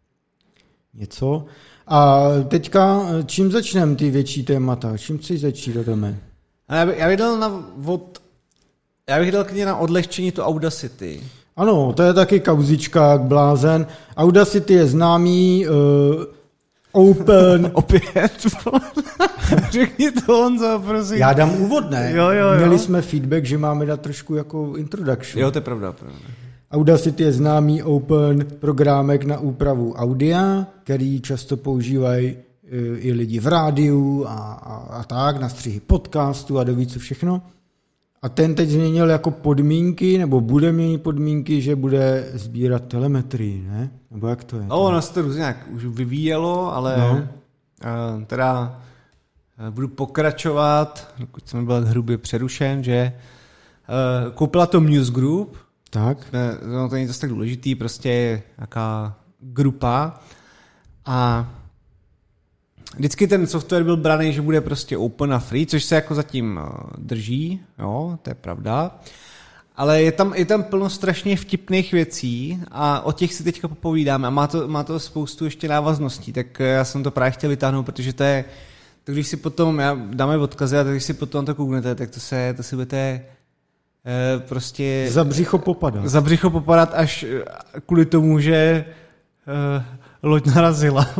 něco. A teďka, čím začneme ty větší témata? Čím chceš začít, Adame? Já bych, já bych dal na od, já bych dal klidně na odlehčení to Audacity. Ano, to je taky kauzička jak blázen. Audacity je známý, uh, open. Opět. Řekni to, Honzo, prosím. Já dám úvod, ne? Jo, jo, jo. Měli jsme feedback, že máme dát trošku jako introduction. Jo, to je pravda, pravda. Audacity je známý open programek na úpravu audia, který často používají i lidi v rádiu a, a, a tak, na střihy podcastu a doví co všechno. A ten teď změnil jako podmínky, nebo bude měnit podmínky, že bude sbírat telemetrii, ne? Nebo jak to je? No, ono se to různě nějak už vyvíjelo, ale no. uh, teda uh, budu pokračovat, dokud jsem byl hrubě přerušen, že uh, koupila to Muse Group. Tak. No, to není zase tak důležitý, prostě nějaká grupa a vždycky ten software byl braný, že bude prostě open a free, což se jako zatím drží, jo, to je pravda, ale je tam, je tam plno strašně vtipných věcí a o těch si teďka popovídáme a má to, má to spoustu ještě návazností, tak já jsem to právě chtěl vytáhnout, protože to je, to když si potom, já dáme odkazy a když si potom to kouknete, tak to se, to si budete prostě... Za břicho popadat. Za břicho popadat až kvůli tomu, že uh, loď narazila.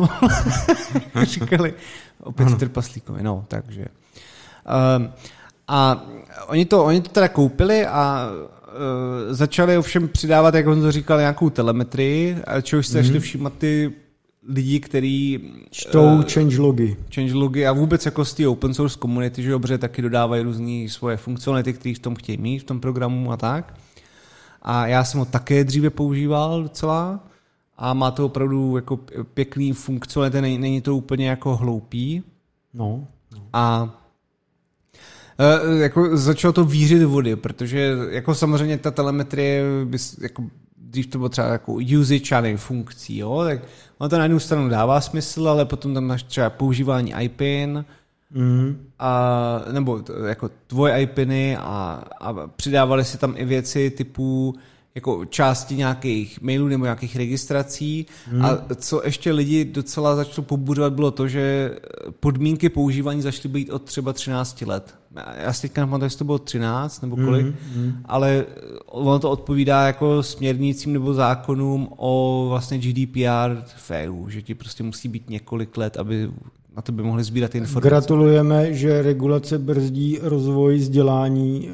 Říkali opět ano. trpaslíkovi, no, takže. Uh, a oni to, oni to teda koupili a uh, začali ovšem přidávat, jak on to říkal, nějakou telemetrii, čehož se mm-hmm. šli všímat ty lidi, který čtou uh, changelogy. Changelogy a vůbec jako z té open source komunity, že dobře, taky dodávají různý svoje funkcionality, které v tom chtějí mít, v tom programu a tak. A já jsem ho také dříve používal docela a má to opravdu jako pěkný funkcionality, není, není to úplně jako hloupý. No. no. A uh, jako začalo to vířit vody, protože jako samozřejmě ta telemetrie bys, jako dřív to bylo třeba jako usage a funkcí, jo, tak ono to na jednu stranu dává smysl, ale potom tam máš třeba používání I P I N Mm. A, nebo to, jako tvoje iPiny a, a přidávali si tam i věci typu jako části nějakých mailů nebo nějakých registrací hmm. a co ještě lidi docela začalo pobuřovat bylo to, že podmínky používání začaly být od třeba třinácti let. Já si teďka nepamatuji, jestli to bylo třináct nebo kolik, hmm. ale ono to odpovídá jako směrnicím nebo zákonům o vlastně G D P R v E U, že ti prostě musí být několik let, aby na to by mohli sbírat informace. Gratulujeme, že regulace brzdí rozvoj vzdělání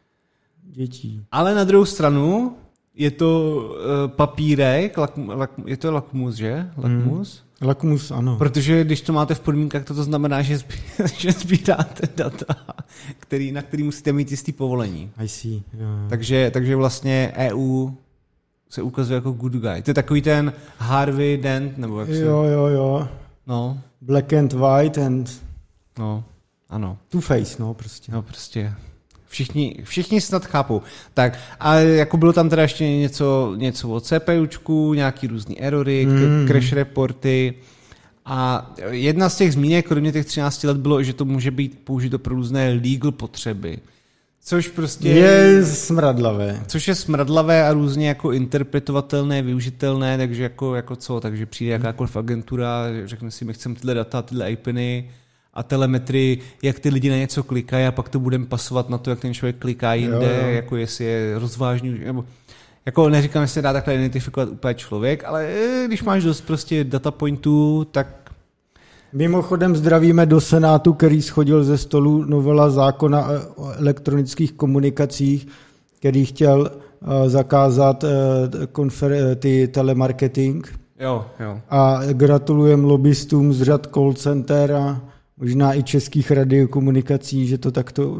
dětí. Ale na druhou stranu je to uh, papírek, lak, lak, je to lakmus, že? Lakmus? Hmm. Lakmus, ano. Protože když to máte v podmínkách, to, to znamená, že, zbí, že sbíráte data, který, na který musíte mít jistý povolení. I see. Yeah. Takže, takže vlastně E U se ukazuje jako good guy. To je takový ten Harvey Dent, nebo jak se... Jo, jo, jo. No. Black and white and... No, ano. Two-face, no, prostě. No, prostě... Všichni, všichni snad chápou. Tak, a jako bylo tam teda ještě něco, něco o CPUčku, nějaký různý erory, mm. crash reporty a jedna z těch zmínek, kromě těch třinácti let, bylo, že to může být použito pro různé legal potřeby. Což prostě... Je smradlavé. Což je smradlavé a různě jako interpretovatelné, využitelné, takže jako, jako co, takže přijde mm. jakákoliv agentura, řekne si, my chceme tyhle data, tyhle IPiny, a telemetrii, jak ty lidi na něco klikají a pak to budeme pasovat na to, jak ten člověk kliká jinde, jo, jo. jako jestli je rozvážný, nebo jako neříkám, jestli se dá takhle identifikovat úplně člověk, ale když máš dost prostě data pointů, tak... Mimochodem zdravíme do Senátu, který schodil ze stolu novela zákona o elektronických komunikacích, který chtěl zakázat konfer- ty telemarketing. Jo, jo. A gratulujeme lobbystům z řad call center a možná i českých radiokomunikací, že to takto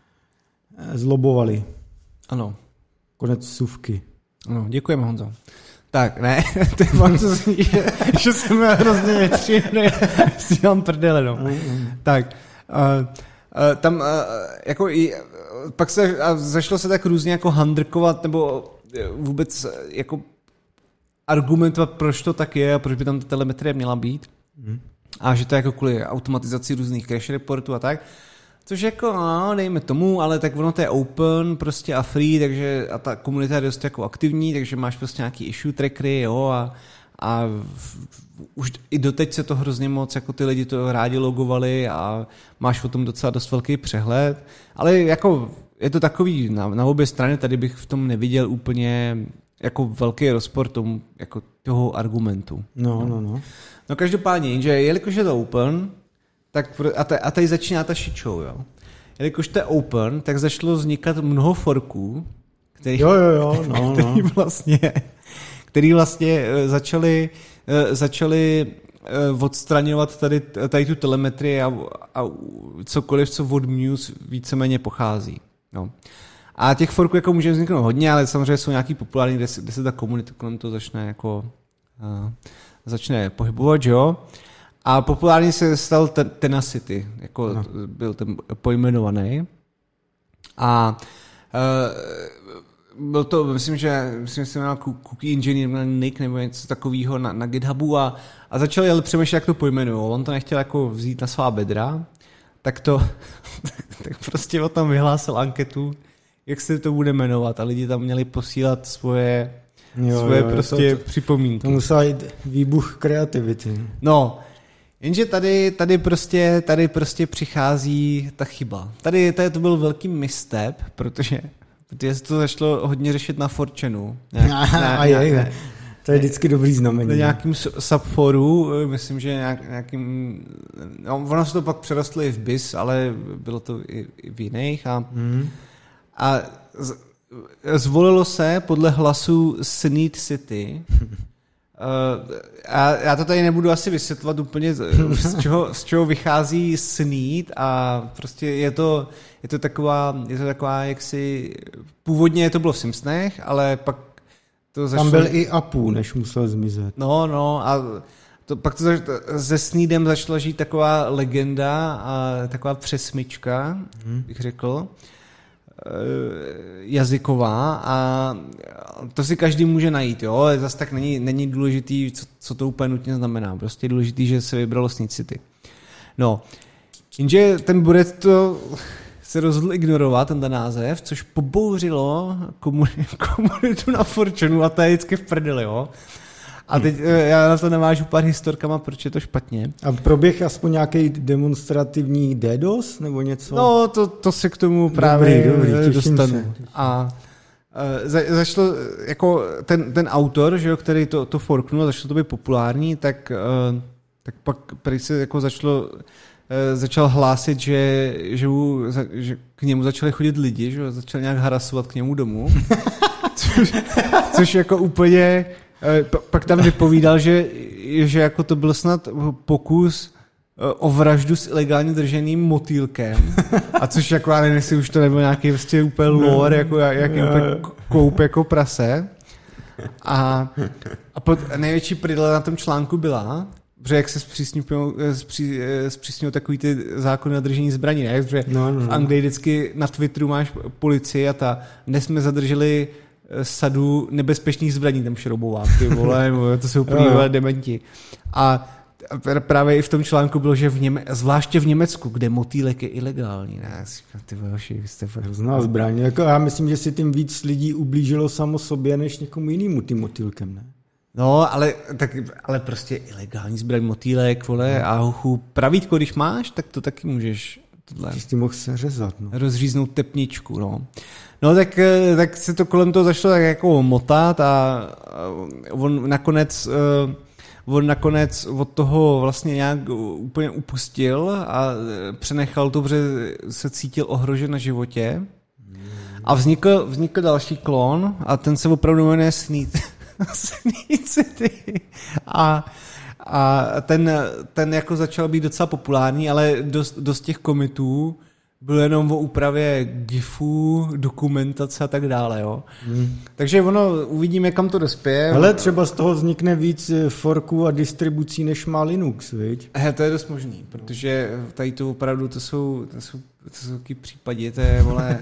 zlobovali. Ano. Konec suvky. Ano, děkujeme, Honzo. Tak, ne, to je vám co zní, že, že jsem hrozně nepříjemný, si dělám prdele, no. Mm, mm. Tak, uh, uh, tam uh, jako i, pak se a zašlo se tak různě jako handrkovat, nebo vůbec jako argumentovat, proč to tak je a proč by tam ta telemetrie měla být. Mm. A že to je jako kvůli automatizaci různých crash reportů a tak. Což jako, no, dejme tomu, ale tak ono to je open prostě a free, takže a ta komunita je dost jako aktivní, takže máš prostě nějaký issue trackery, jo, a, a v, už i doteď se to hrozně moc, jako ty lidi to rádi logovali a máš o tom docela dost velký přehled, ale jako je to takový na, na obě strany, tady bych v tom neviděl úplně jako velký rozpor tomu, jako toho argumentu. No, no, no. No každopádně, že jelikož je to open, tak a, ta, a tady začíná ta shit show, jo. Jelikož to je open, tak začalo vznikat mnoho forků, který, jo, jo, jo, no, který no. vlastně, který vlastně začali, začali odstraňovat tady, tady tu telemetrii a, a cokoliv, co od Muse víceméně pochází. No. A těch forků jako může vzniknout hodně, ale samozřejmě jsou nějaký populární, kde se, kde se ta komunita kolem toho začne jako uh, začne pohybovat, jo. A populárně se stal ten, Tenacity, jako no. byl ten pojmenovaný. A uh, byl to, myslím, že myslím, že se jmenoval Cookie Engineer Nick nebo něco takového na, na GitHubu a, a začali ale přemýšlet, jak to pojmenují. On to nechtěl jako vzít na svá bedra, tak to tak prostě o tom vyhlásil anketu, jak se to bude jmenovat a lidi tam měli posílat svoje, jo, svoje jo, prostě to, to, připomínky. To musel jít výbuch kreativity. No, jenže tady, tady, prostě, tady prostě přichází ta chyba. Tady, tady to byl velký misstep, protože, protože se to začalo hodně řešit na four chanu. Ne, ne, a je, ne. To je vždycky dobrý znamení. Na nějakým subforu, myslím, že nějak, nějakým... No, ono se to pak přerostlo i v B I S, ale bylo to i, i v jiných. A, mm. a z, zvolilo se podle hlasu Sneed City. Uh, a já to tady nebudu asi vysvětlovat úplně, z čeho, z čeho vychází Sneed a prostě je to, je to taková, je to taková jaksi, původně to bylo v Simpsonech, ale pak to začalo... Tam byl i Apu, než musel zmizet. No, no a to, pak to se Sneedem začala žít taková legenda a taková přesmyčka, hmm. bych řekl, jazyková a to si každý může najít, jo, zase tak není, není důležitý, co, co to úplně nutně znamená, prostě je důležitý, že se vybralo Sneed City. No, Jenže ten Burec to se rozhodl ignorovat, ten název, což pobouřilo komunitu na Fortunu a to je vždycky v prdeli, jo. A teď já na to navážu pár historkama, proč je to špatně. A proběh aspoň nějaký demonstrativní DDoS nebo něco? No, to, to se k tomu právě dobrý, dobrý, dostanu. Se. A uh, za, začalo, jako ten, ten autor, že jo, který to, to forknul, začalo to být populární, tak, uh, tak pak prý se jako začalo, uh, začal hlásit, že, že, mu, že k němu začali chodit lidi, že jo, začali nějak harasovat k němu domů. což, což jako úplně... Pak tam vypovídal, že, že jako to byl snad pokus o vraždu s ilegálně drženým motýlkem. A což jako, já nevím, jestli už to nebyl nějaký vlastně úplně lore, jako, jak úplně koup jako prase. A, a pod, největší prdele na tom článku byla, že jak se zpřísňují takový ty zákony na držení zbraní, ne? Že no, no, no. v Anglii vždycky na Twitteru máš policii a ta, dnes jsme zadrželi sadu nebezpečných zbraní tam šroubová, ty vole, to jsou úplně no, dementi. A právě i v tom článku bylo, že v Něme- zvláště v Německu, kde motýlek je ilegální. Ne, ty vaši, vy jste hrozná zbraň. Jako já myslím, že si tím víc lidí ublížilo samo sobě, než někomu jinému tím motýlkem, ne? No, ale, tak, ale prostě ilegální zbraň, motýlek, vole, no. A huchu, pravítko, když máš, tak to taky můžeš tohle. Ty jsi mohl se řezat, no. Rozříznout tepničku, no. No tak, tak se to kolem toho začalo tak jako motat a on nakonec, on nakonec od toho vlastně nějak úplně upustil a přenechal to, protože se cítil ohrožen na životě. A vznikl, vznikl další klon a ten se opravdu jmenuje Sneed City. A A ten, ten jako začal být docela populární, ale dost, dost těch komitů bylo jenom o úpravě gifů, dokumentace a tak dále, jo. Hmm. Takže ono, uvidíme, kam to dospěje. Ale třeba z toho vznikne víc forků a distribucí, než má Linux, viď? He, to je dost možný, protože tady to opravdu, to jsou, to jsou, to jsou taky případě, to je, vole...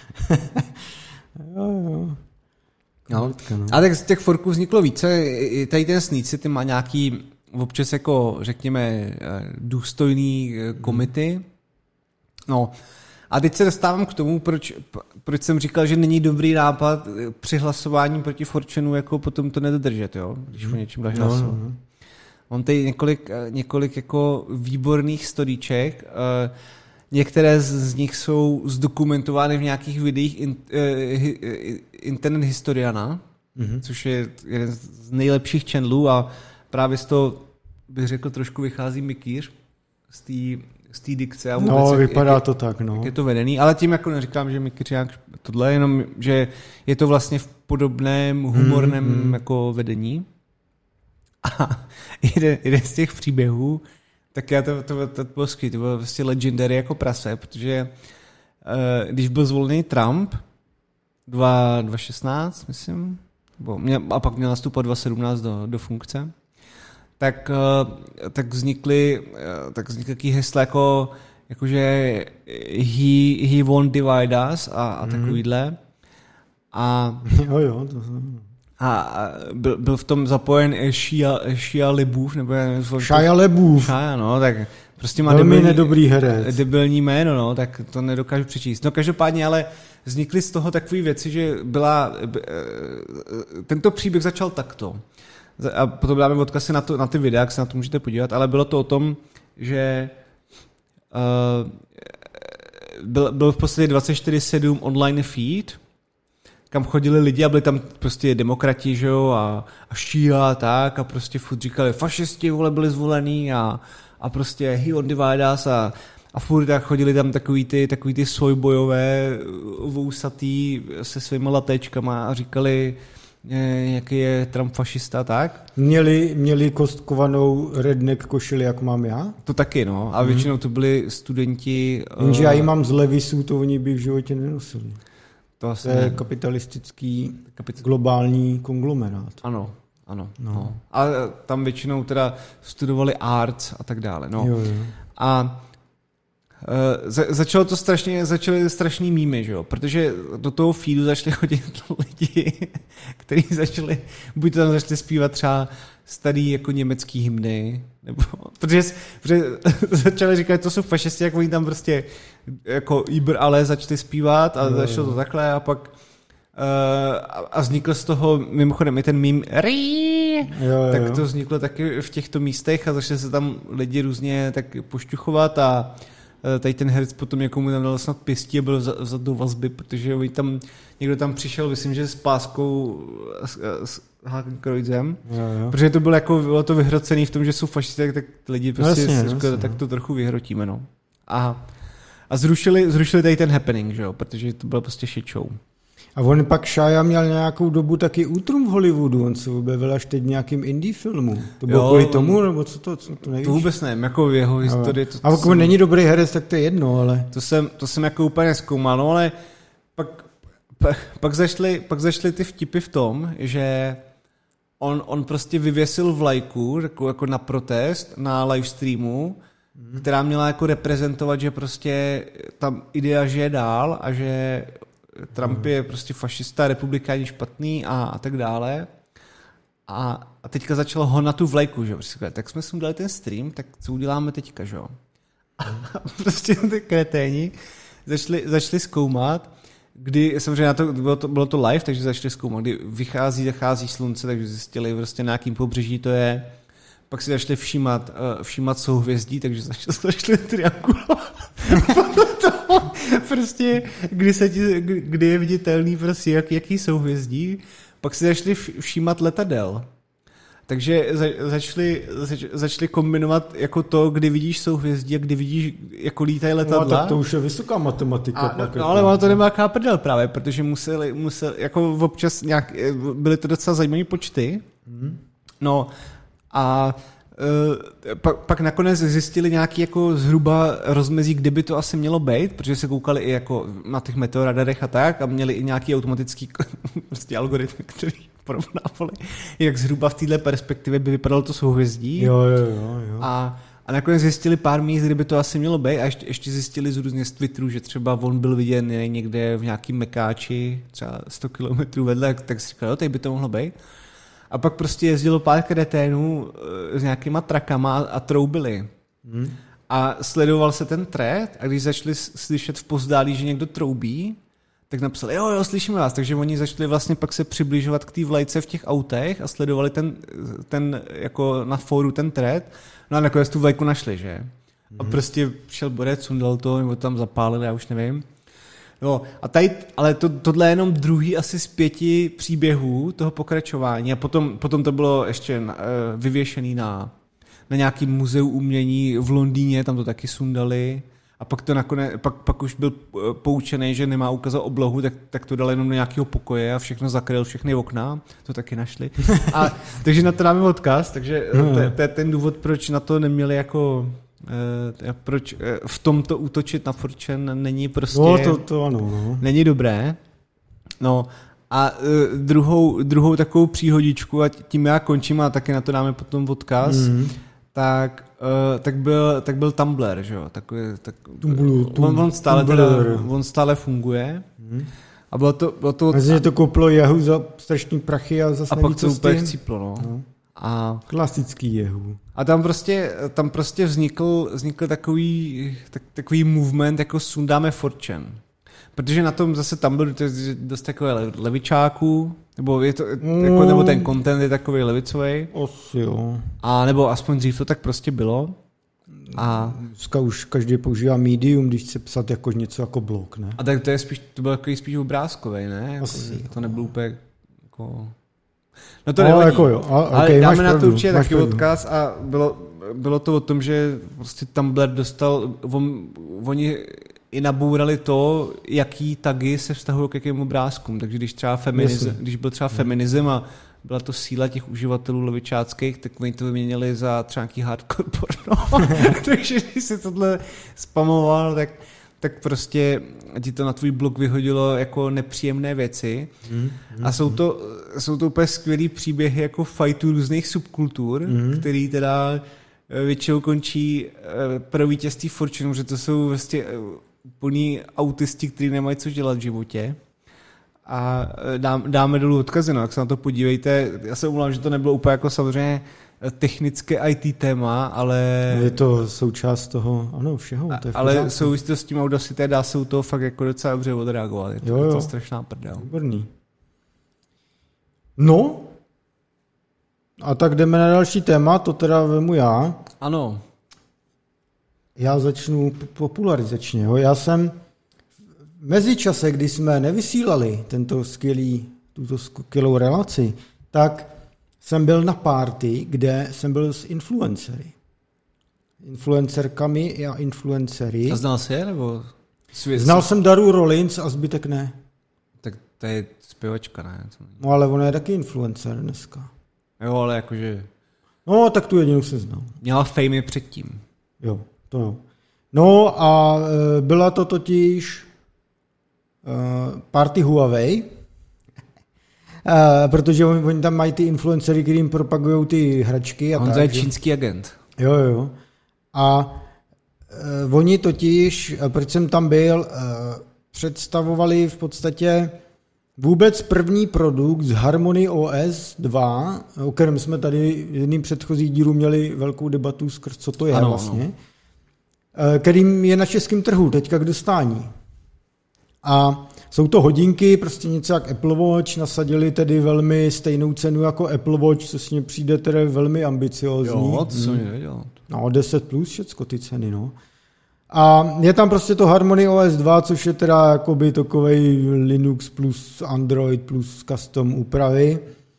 jo, jo. No. A tak z těch forků vzniklo více, tady ten Sneed City má nějaký občas jako, řekněme, důstojný komity. No, a teď se dostávám k tomu, proč, proč jsem říkal, že není dobrý nápad při hlasování proti Fortunu jako potom to nedodržet, jo, když o něčem dáš hlasovat. No, no. On tady několik, několik jako výborných storíček, některé z nich jsou zdokumentovány v nějakých videích in, Internet Historiana, mm-hmm. což je jeden z nejlepších channelů a právě z toho, bych řekl, trošku vychází Mikýř z té z té dikce. A vůbec, no, jak, vypadá jak, to tak, no. Jak je to vedený, ale tím jako neříkám, že Mikýř nějak tohle, jenom, že je to vlastně v podobném humorném mm, mm. jako vedení. A jeden, jeden z těch příběhů, tak já to, to, to, to bylo skvělé, to bylo vlastně legendary jako prase, protože uh, když byl zvolený Trump dva tisíce šestnáct, myslím, bo měl, a pak měl nastupovat dva tisíce sedmnáct do, do funkce, tak, tak vznikly tak vznikly takové hesla jako jakože he, he won't divide us a, a takovýhle. A, jo, jo, to jsem... a byl, byl v tom zapojen Shia, Shia LaBeouf, nebo Shia LaBeouf. Shia, no, tak prostě má velmi debilní, nedobrý herec. Debilní jméno, no, tak to nedokážu přečíst. No každopádně, ale vznikly z toho takové věci, že byla tento příběh začal takto. A potom dáme odkazy na, to, na ty videa, jak se na to můžete podívat, ale bylo to o tom, že uh, byl, byl v podstatě dvacet čtyři sedm online feed, kam chodili lidi a byli tam prostě demokrati, že jo, a, a šíla a tak a prostě furt říkali, fašisti, vole, byli zvolení a, a prostě he on divide us a, a furt tak chodili tam takový ty, takový ty sojbojové vousatý se svýma latečkama a říkali, jaký je Trump fašista, tak? Měli, měli kostkovanou redneck košili, jak mám já? To taky, no. A většinou to byli studenti... Jenže uh, já ji mám z Levisů, to oni by v životě nenosili. To, asi to je ne. kapitalistický, Kapital... globální konglomerát. Ano, ano. No. No. A tam většinou teda studovali arts a tak dále, no. Jo, jo. A Uh, za, začalo to strašně, začaly strašný mýmy, že jo, protože do toho feedu začali chodit lidi, kteří začali, buď tam začali zpívat třeba starý jako německý hymny, nebo, protože, protože začali říkat, že to jsou fašisti, jak oni tam prostě jako Iber ale začali zpívat a začalo to takhle a pak uh, a vznikl z toho mimochodem i ten mím Rí, jo, jo. Tak to vzniklo taky v těchto místech a začali se tam lidi různě tak pošťuchovat a tady ten herec potom někomu tam dal snad pěstí a byl vzat do vazby, protože oni tam, někdo tam přišel, myslím, že s páskou s, s Hakenkreuzem, protože to bylo jako, bylo to vyhrocený v tom, že jsou fašisti, tak lidi prostě no, jasně, říkali, tak to trochu vyhrotíme, no. A, a zrušili, zrušili tady ten happening, že jo, protože to bylo prostě shit show. A on pak Shia měl nějakou dobu taky útrum v Hollywoodu, on se objevil až teď v nějakým indie filmu. To bylo jo, kvůli tomu, nebo co to, co to nevíš? To vůbec nevím, jako v jeho historii. To, a pokud jsem, není dobrý herec, tak to je jedno, ale... To jsem, to jsem jako úplně zkoumal, no ale pak, pak, pak, zašly, pak zašly ty vtipy v tom, že on, on prostě vyvěsil vlajku jako, jako na protest, na livestreamu, hmm. která měla jako reprezentovat, že prostě tam idea žije dál a že Trump je prostě fašista, republikáni špatný a, a tak dále. A, a teďka začalo ho na tu vlajku, že jo. Tak jsme si dali ten stream, tak co uděláme teďka, že jo. A prostě ty kreténi začali, začali zkoumat, kdy, samozřejmě na to, bylo, to, bylo to live, takže začali zkoumat, kdy vychází, zachází slunce, takže zjistili prostě na jakým pobřeží to je. Pak si začali všímat, uh, všímat souhvězdí, takže začali, začali triangulovat. Prostě, kdy, se ti, kdy je viditelný prostě jak, jaký souhvězdí, pak si začali všímat letadel. Takže za, začali, zač, začali kombinovat jako to, kdy vidíš souhvězdí a kdy vidíš, jako lítají letadla. No, tak to už je vysoká matematika. A, no, no, ale ono to nemá káprdel právě, protože museli, museli, jako občas nějak, byly to docela zajímavé počty. Mm. No a Uh, pak, pak nakonec zjistili nějaký jako zhruba rozmezí, kde by to asi mělo být, protože se koukali i jako na těch meteoradarech a tak a měli i nějaký automatický prostě algoritmy, který porovnávali, jak zhruba v této perspektivě by vypadalo to souhvězdí. Jo, jo, jo, jo. A, a nakonec zjistili pár míst, kde by to asi mělo být a ještě, ještě zjistili z různě z Twitteru, že třeba on byl viděn někde v nějakým mekáči, třeba sto kilometrů vedle, tak si říkal, jo, tady by to mohlo být. A pak prostě jezdilo pár kreténů s nějakýma trakama a troubili. Hmm. A sledoval se ten thread a když začali slyšet v pozdálí, že někdo troubí, tak napsali, jo, jo, slyšíme vás. Takže oni začali vlastně pak se přibližovat k té vlajce v těch autech a sledovali ten, ten jako na fóru ten thread. No a nakonec tu vlajku našli, že? Hmm. A prostě šel borec, sundal to, nebo tam zapálili, já už nevím. No, a tady, ale to, tohle je jenom druhý asi z pěti příběhů toho pokračování a potom, potom to bylo ještě uh, vyvěšený na, na nějakým muzeu umění v Londýně, tam to taky sundali a pak to nakonec, pak, pak už byl poučený, že nemá ukazat oblohu, tak, tak to dal jenom do nějakého pokoje a všechno zakryl, všechny okna, to taky našli. A, takže na to dáme odkaz, takže to je ten důvod, proč na to neměli jako... Uh, proč uh, v tomto útočit na four chan není prostě no, to, to ano, no. Není dobré. No a uh, druhou, druhou takovou příhodičku a tím já končím a taky na to dáme potom odkaz, mm. tak, uh, tak, byl, tak byl Tumblr, že jo? Takový, tak, Tumblu, tum, on, on, stále teda, on stále funguje. Mm. A bylo to... Bylo to Mezi a, to koupilo Yahoo za strašný prachy a zase a pak to úplně chcíplo, no. no. A, klasický Yahoo. A tam prostě, tam prostě vznikl, vznikl takový, tak, takový movement, jako sundáme four chan. Protože na tom zase tam byl dost takové levičáků, nebo, je to, mm. jako, nebo ten content je takový levicový. Asi jo. A nebo aspoň dřív to tak prostě bylo. A dneska už každý používá Medium, když chce psat jako něco jako blog, ne? A tak to je spíš, to byl takový spíš obrázkový, ne? Asi. Jako, to nebylo úplně jako... No to no, nevadí, jako jo. A, ale okay, dáme na to určitě taky pravdu. odkaz a bylo, bylo to o tom, že prostě Tumblr dostal, on, oni i nabourali to, jaký tagy se vztahují k jakým obrázkům, takže když třeba feminism, když byl třeba feminism a byla to síla těch uživatelů levičáckých, tak oni to vyměnili za třeba nějaký hardcore porno. Takže když si tohle spamoval, tak tak prostě ti to na tvůj blog vyhodilo jako nepříjemné věci. Mm, mm, a jsou to, jsou to úplně skvělý příběhy jako fightů různých subkultur, mm. který teda většinou končí pro vítězství four chanu, že to jsou vlastně úplní autisti, kteří nemají co dělat v životě. a dám, dáme dolů odkazy, no, jak se na to podívejte. Já se umlám, že to nebylo úplně jako samozřejmě technické í té téma, ale... Je to součást toho, ano, všeho. To je ale souvisí to s tím Audacity, dá se u toho fakt jako docela dobře odreagovat. Je to, jo, jo. to strašná prdel. Výborný. No, a tak jdeme na další téma, to teda vemu já. Ano. Já začnu popularizačně. Jo. Já jsem v mezičase, kdy jsme nevysílali tento skvělý, tuto skvělou relaci, tak jsem byl na party, kde jsem byl s influencery. Influencerkami a influencery. A znal jsi je, nebo svět? Znal jsem Daru Rollins a zbytek ne. Tak to je zpěvačka, ne? No ale ona je taky influencer dneska. Jo, ale jakože... No, tak tu jedinou se znal. Měla fame předtím. Jo, to jo. No a e, byla to totiž e, party Huawei, e, protože oni, oni tam mají ty influencery, kterým propagují ty hračky. A on tak, je čínský agent. Jo, jo. A e, oni totiž, proč jsem tam byl, e, představovali v podstatě vůbec první produkt z Harmony O S dva, o kterém jsme tady v jedním předchozích dílu měli velkou debatu skrz, co to je ano, vlastně, ano. Kterým je na českém trhu teďka k dostání. A jsou to hodinky, prostě něco jak Apple Watch, nasadili tedy velmi stejnou cenu jako Apple Watch, což mně přijde tedy velmi ambiciózní. Jo, to jsem nevěděl. No, deset plus všecko ty ceny, no. A je tam prostě to Harmony O S dva, což je teda jakoby takovej Linux plus Android plus custom úpravy.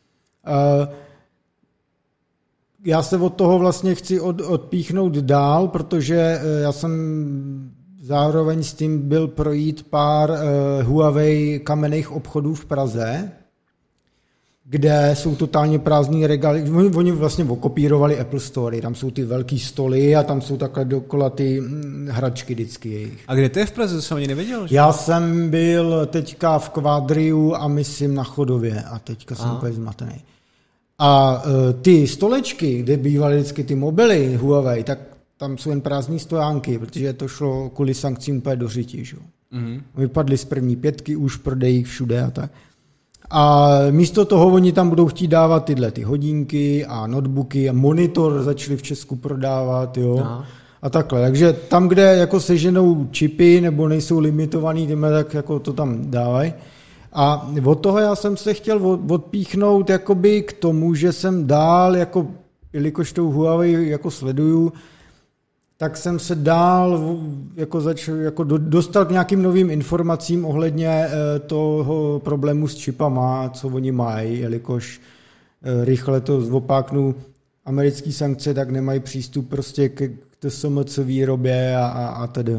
Já se od toho vlastně chci od, odpíchnout dál, protože já jsem zároveň s tím byl projít pár Huawei kamenných obchodů v Praze, kde jsou totálně prázdný regály. Oni, oni vlastně okopírovali Apple Store, tam jsou ty velký stoly a tam jsou takhle dokola ty hračky vždycky jejich. A kde to je v Praze, to jsem ani nevěděl? Že? Já jsem byl teďka v Kvadriu a myslím na Chodově a teďka jsem úplně zmatený. A uh, ty stolečky, kde bývaly vždycky ty mobily Huawei, tak tam jsou jen prázdný stojánky, protože to šlo kvůli sankcím úplně do řiti. Mm-hmm. Vypadly z první pětky, už prodejí všude a tak. A místo toho oni tam budou chtít dávat tyhle ty hodinky a notebooky a monitor začali v Česku prodávat, jo. Aha. A takhle. Takže tam, kde jako seženou čipy nebo nejsou limitovaný, tím, tak jako to tam dávají. A od toho já jsem se chtěl odpíchnout jakoby k tomu, že jsem dál, jako, jelikož tou Huawei jako sleduju, tak jsem se dál jako začal, jako dostal k nějakým novým informacím ohledně toho problému s čipama, co oni mají, jelikož rychle to zvopáknu americký sankce, tak nemají přístup prostě k T S M C výrobě a, a, a tedy.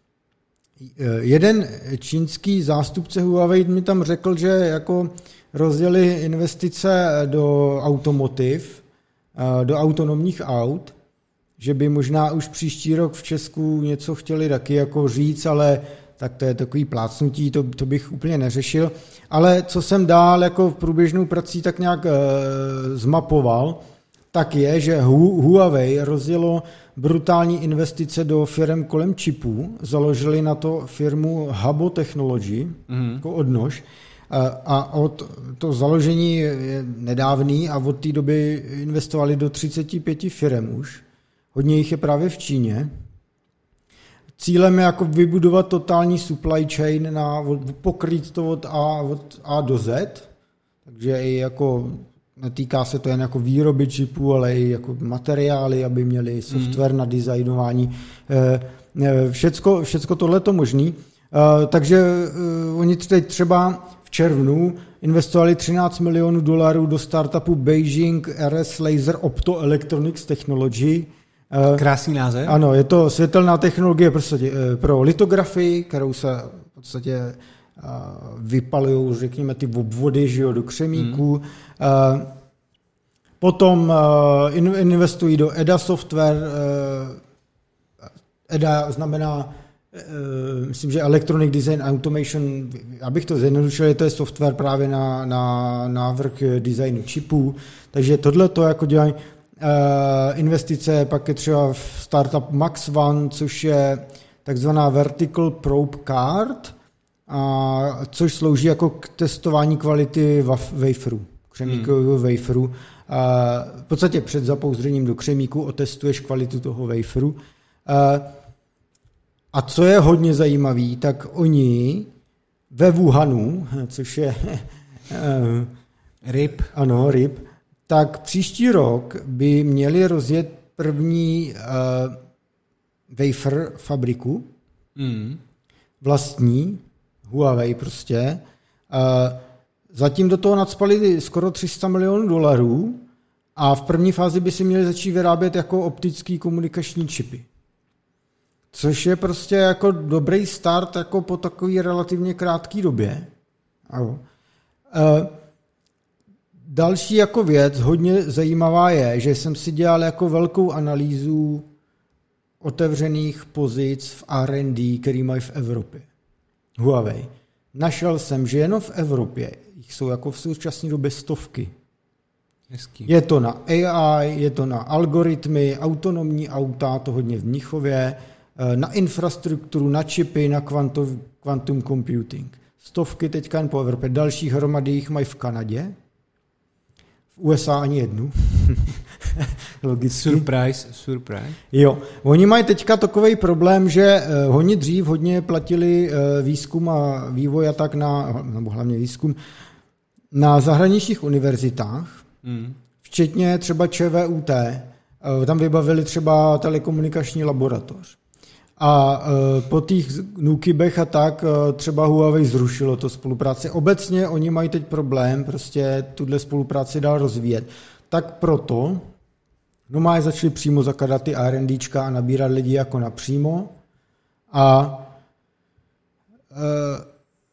Jeden čínský zástupce Huawei mi tam řekl, že jako rozdělili investice do automotiv, do autonomních aut, že by možná už příští rok v Česku něco chtěli taky jako říct, ale tak to je takový plácnutí, to, to bych úplně neřešil. Ale co jsem dál jako v průběžnou prací tak nějak e, zmapoval, tak je, že Huawei rozjelo brutální investice do firm kolem čipů, založili na to firmu Habo Technology, mm-hmm. jako odnož, a, a od to založení je nedávný a od té doby investovali do třicet pět firm už. Hodně jich je právě v Číně. Cílem je jako vybudovat totální supply chain, na, pokrýt to od A, od A do Z, takže i jako netýká se to jen jako výroby čipů, ale i jako materiály, aby měli software mm. na designování. Všecko, všecko tohleto možný. Takže oni teď třeba v červnu investovali třináct milionů dolarů do startupu Beijing R S Laser Optoelectronics Technology. Krásný název. Ano, je to světelná technologie prostě pro litografii, kterou se v podstatě vypalují, řekněme, ty obvody, že jo, do křemíků. Hmm. Potom investují do E D A software. E D A znamená, myslím, že Electronic Design Automation, abych to zjednodušil, to je software právě na, na návrh designu čipů. Takže tohle to jako dělají. Investice, pak je třeba startup Max One, což je takzvaná Vertical Probe Card a což slouží jako k testování kvality waferu, křemíkového hmm. waferu. A v podstatě před zapouzdřením do křemíku otestuješ kvalitu toho waferu. A, a co je hodně zajímavé, tak oni ve Wuhanu, což je R I P, ano, R I P, tak příští rok by měli rozjet první uh, wafer fabriku, mm. vlastní, Huawei prostě. Uh, zatím do toho nadspali skoro tři sta milionů dolarů a v první fázi by si měli začít vyrábět jako optický komunikační čipy. Což je prostě jako dobrý start jako po takové relativně krátké době. Uh, Další jako věc, hodně zajímavá je, že jsem si dělal jako velkou analýzu otevřených pozic v R and D, který mají v Evropě. Huawei. Našel jsem, že jenom v Evropě jich jsou jako v současné době stovky. Hezký. Je to na A I, je to na algoritmy, autonomní auta, to hodně v Mnichově, na infrastrukturu, na čipy, na quantum, quantum computing. Stovky teďka jen po Evropě. Další hromady jich mají v Kanadě. V U S A ani jednu. Logicky. Surprise, surprise. Jo, oni mají teďka takový problém, že uh, oni dřív hodně platili uh, výzkum a vývoj a tak na, nebo hlavně výzkum, na zahraničních univerzitách, mm. včetně třeba ČVUT, uh, tam vybavili třeba telekomunikační laboratoř. A uh, po těch nukibech a tak uh, třeba Huawei zrušilo to spolupráci. Obecně oni mají teď problém prostě tuhle spolupráci dál rozvíjet. Tak proto no má začali přímo zakládat ty R and Dčka a nabírat lidi jako napřímo. A uh,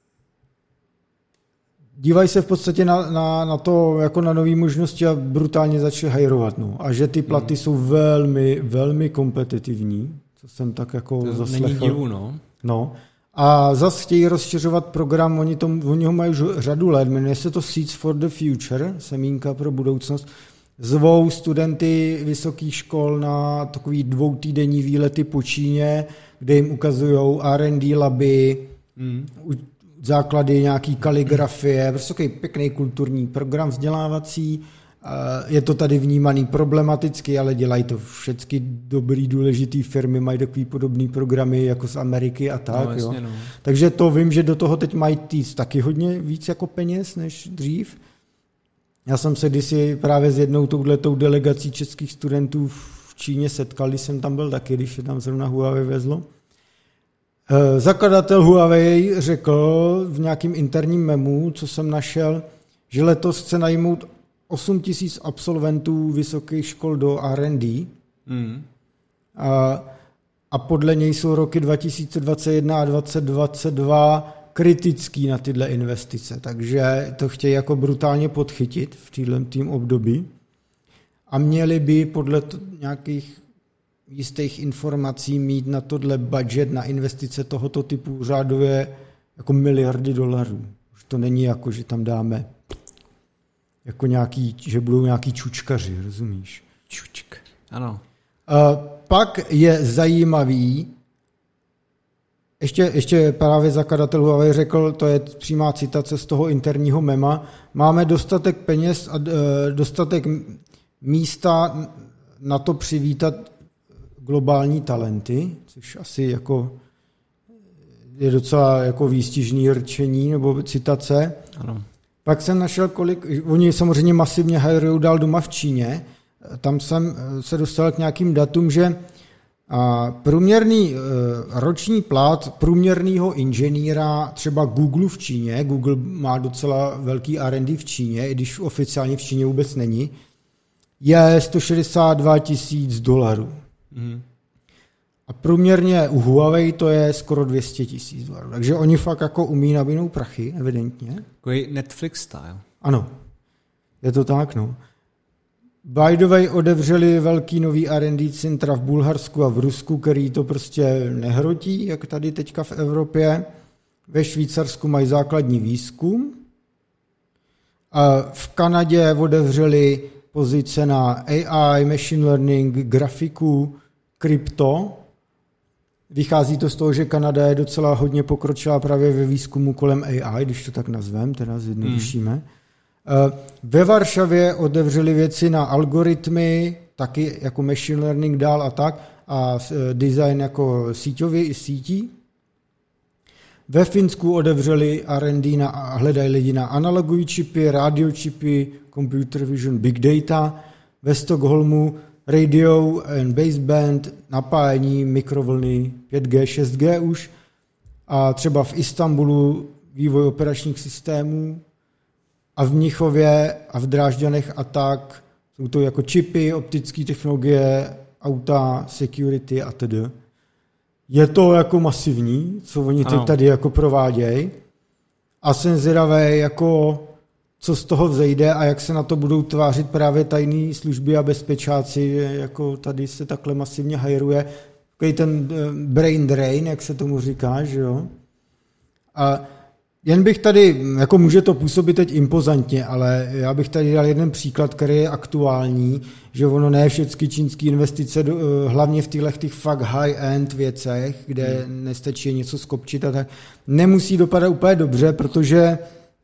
dívají se v podstatě na, na, na to jako na nové možnosti a brutálně začali hajrovat. No. A že ty platy hmm. jsou velmi, velmi kompetitivní. Co jsem tak jako to zaslechl. Není divu, no. No. A zase chtějí rozšiřovat program, oni, tom, oni ho mají už řadu let, jmenuje se to Seeds for the Future, semínka pro budoucnost. Zvou studenty vysokých škol na takový dvoutýdenní výlety po Číně, kde jim ukazují R and D laby, mm. základy nějaký kaligrafie, prostě takový pěkný kulturní program vzdělávací. Je to tady vnímaný problematicky, ale dělají to všechny dobrý, důležitý firmy, mají takový podobný programy jako z Ameriky a tak. No, jasně, jo. No. Takže to vím, že do toho teď mají týc taky hodně víc jako peněz než dřív. Já jsem se kdysi právě s jednou touhletou delegací českých studentů v Číně setkal, když jsem tam byl taky, když je tam zrovna Huawei vezlo. Zakladatel Huawei řekl v nějakým interním memu, co jsem našel, že letos chce najmout osm tisíc absolventů vysokých škol do R and D mm. a, a podle něj jsou roky dva tisíce dvacet jedna a dva tisíce dvacet dva kritický na tyhle investice, takže to chtějí jako brutálně podchytit v téhle tým období a měli by podle to, nějakých jistých informací mít na tohle budget na investice tohoto typu řádově jako miliardy dolarů. Už to není jako, že tam dáme jako nějaký, že budou nějaký čučkaři, rozumíš? Čučk, ano. A pak je zajímavý, ještě, ještě právě zakladatel Huawei řekl, to je přímá citace z toho interního mema, máme dostatek peněz a dostatek místa na to přivítat globální talenty, což asi jako je docela jako výstižný rčení nebo citace. Ano. Pak jsem našel, kolik, oni samozřejmě masivně hajrují dál doma v Číně, tam jsem se dostal k nějakým datům, že průměrný roční plat průměrného inženýra třeba Google v Číně, Google má docela velký R and D v Číně, i když oficiálně v Číně vůbec není, je sto šedesát dva tisíc dolarů. Mm. A průměrně u Huawei to je skoro dvě stě tisíc dolarů. Takže oni fakt jako umí nabínout prachy, evidentně. Takový Netflix style. Ano, je to tak, no. By the way, otevřeli velký nový R and D centra v Bulharsku a v Rusku, který to prostě nehrotí, jak tady teďka v Evropě. Ve Švýcarsku mají základní výzkum. A v Kanadě otevřeli pozice na A I, machine learning, grafiku, krypto. vychází to z toho, že Kanada je docela hodně pokročila právě ve výzkumu kolem A I, když to tak nazvem, teda zjednodušíme. Hmm. Ve Varšavě otevřeli věci na algoritmy, taky jako machine learning dál a tak, a design jako síťový sítí. Ve Finsku otevřeli R and D na, a hledají lidi na analogové čipy, radiočipy, computer vision, big data. Ve Stockholmu radio and baseband, napájení, mikrovlny, pět G, šest G už. A třeba v Istanbulu vývoj operačních systémů. A v Mnichově a v Drážďanech a tak jsou to jako čipy, optické technologie, auta, security a tedy. Je to jako masivní, co oni teď tady jako provádějí. A jsem zvědavý, jako co z toho vzejde a jak se na to budou tvářit právě tajné služby a bezpečáci, jako tady se takhle masivně hajruje. Takový ten brain drain, jak se tomu říká, že jo. A jen bych tady, jako může to působit teď impozantně, ale já bych tady dal jeden příklad, který je aktuální, že ono ne všechny čínské investice, hlavně v těchto těch fakt high-end věcech, kde hmm. nestačí něco skopčit a tak, nemusí dopadat úplně dobře, protože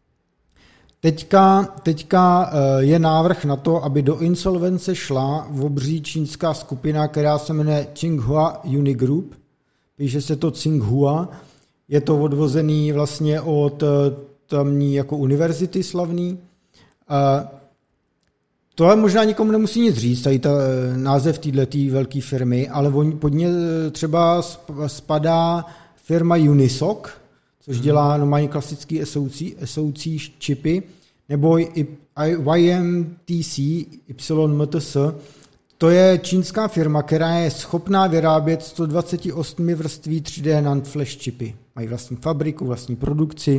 teďka, teďka je návrh na to, aby do insolvence šla obří čínská skupina, která se jmenuje Tsinghua Unigroup, píše se to Tsinghua. Je to odvozený vlastně od tamní jako univerzity slavný. A to možná nikomu nemusí nic říct, tady ta název této velké firmy, ale pod ně třeba spadá firma Unisoc, což dělá normálně klasický S O C čipy, nebo i Y M T C, Y M T S. To je čínská firma, která je schopná vyrábět sto dvacet osm vrství tři dé NAND flash čipy. Mají vlastní fabriku, vlastní produkci.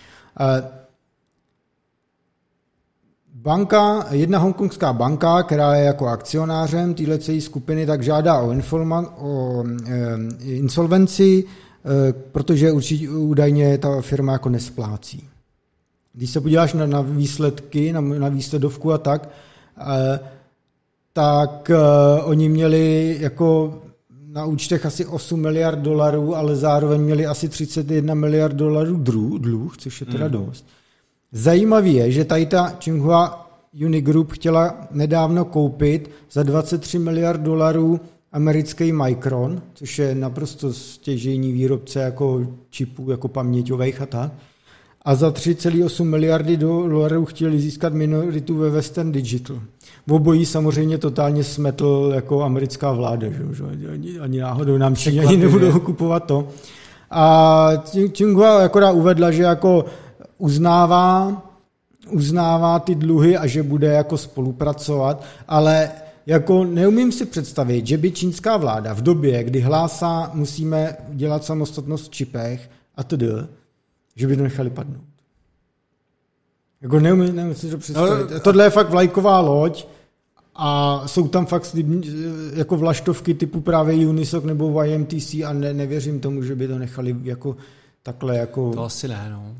Banka, jedna hongkongská banka, která je jako akcionářem téhle celé skupiny, tak žádá o, informa- o e, insolvenci, e, protože určitě údajně ta firma jako nesplácí. Když se podíváš na, na výsledky, na, na výsledovku a tak, e, tak uh, oni měli jako na účtech asi osm miliard dolarů, ale zároveň měli asi třicet jedna miliard dolarů dluh, což je teda mm. dost. Zajímavé je, že tady ta Tsinghua Unigroup chtěla nedávno koupit za dvacet tři miliard dolarů americký Micron, což je naprosto stěžejní výrobce jako čipů, jako paměťových a tak. A za tři celé osm miliardy dolarů chtěli získat minoritu ve Western Digital. V obojí samozřejmě totálně smetl jako americká vláda, že? Ani, ani náhodou nám Číňani nebudou kupovat to. A Tsinghua akorát uvedla, že jako uznává, uznává ty dluhy a že bude jako spolupracovat, ale jako neumím si představit, že by čínská vláda v době, kdy hlásá, musíme dělat samostatnost v čipech a td., že by to nechali padnout. Jako neumím, neumím si to představit. Ale tohle je fakt vlajková loď a jsou tam fakt jako vlaštovky typu právě Unisoc nebo Y M T C a ne, nevěřím tomu, že by to nechali jako takhle jako... To asi ne, no.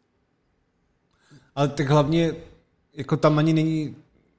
Ale tak hlavně jako tam ani není...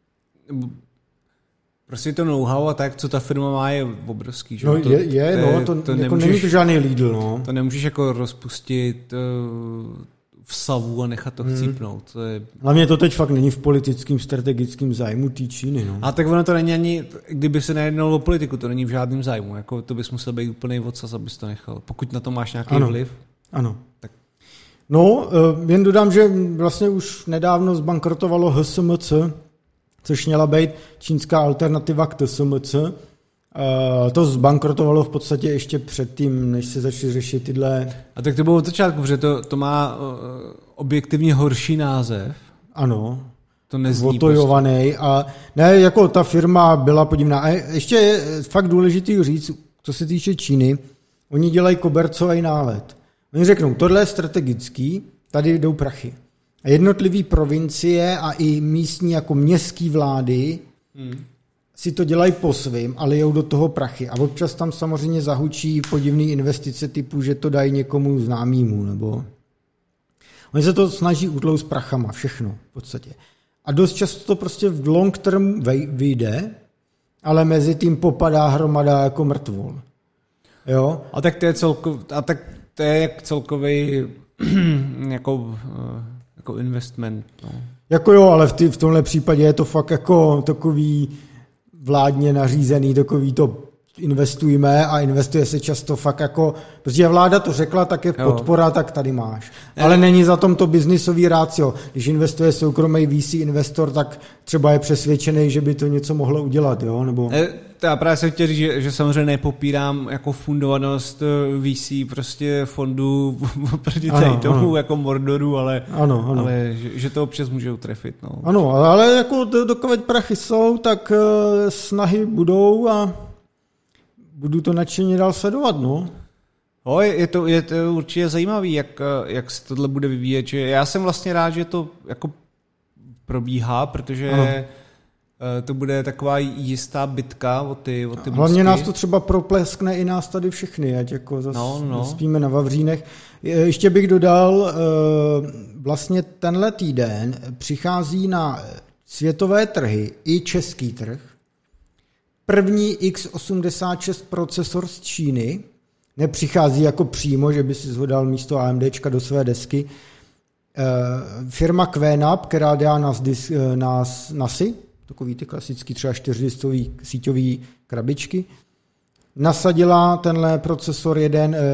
Prostě to know-how a tak, co ta firma má, je obrovský. Že? No to, je, je to, no, to, to jako nemůžeš, není to žádný Lidl, no. To nemůžeš jako rozpustit uh, v savu a nechat to chcípnout. To je... Hlavně to teď fakt není v politickém strategickém zájmu té Číny, no. A tak ono to není ani, kdyby se nejednalo o politiku, to není v žádném zájmu. Jako to bys musel být úplný odsaz, abys to nechal. Pokud na to máš nějaký ano. vliv. Ano. Tak. No, jen dodám, že vlastně už nedávno zbankrotovalo H S M C, což měla být čínská alternativa k T S M C. To zbankrotovalo v podstatě ještě předtím, než se začaly řešit tyhle... A tak to bylo od začátku, protože to, to má objektivně horší název. Ano. To nezní otojovaný. Prostě. A ne, jako ta firma byla podivná. A ještě je fakt důležitý říct, co se týče Číny, oni dělají kobercový nálet. Oni řeknou, tohle je strategický, tady jdou prachy. A jednotlivý provincie a i místní jako městský vlády hmm. si to dělají po svým, ale jdou do toho prachy. A občas tam samozřejmě zahučí podivné investice typu, že to dají někomu známýmu. Nebo... Oni se to snaží utlout s prachama, všechno v podstatě. A dost často to prostě v long term vyjde, ale mezi tím popadá hromada jako mrtvol. Jo? A tak to je celkový, a tak to je jak celkový jako, jako investment. No. Jako jo, ale v, ty, v tomhle případě je to fakt jako takový vládně nařízený, takový to investujme a investuje se často fakt jako, protože vláda to řekla, tak je podpora, jo. Tak tady máš. Ale není za tom to biznisový rácio. Když investuje soukromý V C investor, tak třeba je přesvědčený, že by to něco mohlo udělat, jo? Nebo... Já právě jsem chtěl říct, že, že samozřejmě nepopírám jako fundovanost V C prostě fondů proti tady tomu ano. Jako Mordoru, ale, ano, ano. ale že, že to občas můžou trefit. No. Ano, ale jako dokud prachy jsou, tak uh, snahy budou a budu to nadšeně dál sledovat, no. O, je, to, je to určitě zajímavý, jak, jak se tohle bude vyvíjet. Že já jsem vlastně rád, že to jako probíhá, protože ano. To bude taková jistá bitka o ty, o ty Hlavně mozky. Nás to třeba propleskne i nás tady všechny, ať jako zase no, no. spíme na vavřínech. Ještě bych dodal, vlastně tenhle týden přichází na světové trhy i český trh první X osmdesát šest procesor z Číny. Nepřichází jako přímo, že by si zhodal místo AMDčka do své desky. Firma QNAP, která dá na, na, na SI, takový ty klasický třeba čtyřdiskový síťový krabičky, nasadila tenhle procesor jeden e,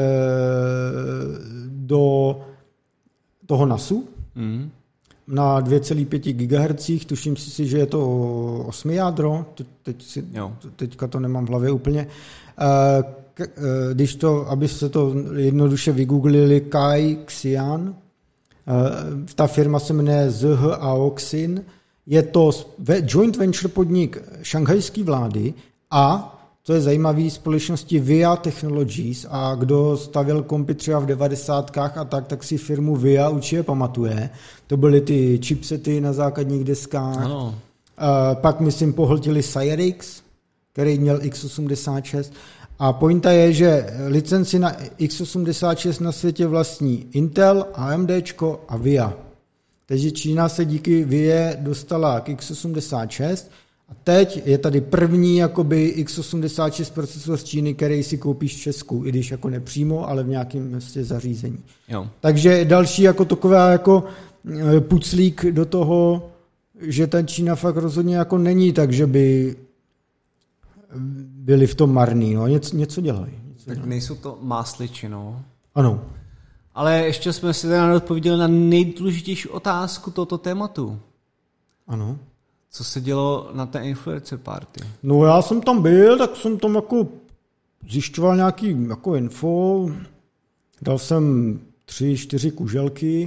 do toho nasu mm. na dvě celá pět gigahertzů, tuším si, že je to osmi jádro, teď si, teďka to nemám v hlavě úplně. E, k, e, když to, abyste to jednoduše vygooglili, Kai Xian, e, ta firma se jmenuje Z H Aoxin, je to joint venture podnik šanghajské vlády a to je zajímavý společnosti V I A Technologies a kdo stavěl kompy třeba v devadesátkách a tak, tak si firmu V I A určitě pamatuje. To byly ty chipsety na základních deskách. Ano. Pak myslím pohltili Cyrix, který měl X osmdesát šest. A pointa je, že licenci na X osmdesát šest na světě vlastní Intel, AMDčko a V I A. Takže Čína se díky V I A dostala k X osmdesát šest a teď je tady první jakoby X osmdesát šest procesor z Číny, který si koupíš v Česku, i když jako nepřímo, ale v nějakém vlastně zařízení. Jo. Takže další jako taková jako puclík do toho, že ta Čína fakt rozhodně jako není tak, že by byli v tom marný, no, něco, něco dělají. Něco tak dělají. Nejsou to másliči, no. Ano. Ale ještě jsme si teda neodpověděli na nejdůležitější otázku tohoto tématu. Ano. Co se dělo na té influencer party? No já jsem tam byl, tak jsem tam jako zjišťoval nějaký jako info. Dal jsem tři, čtyři kuželky.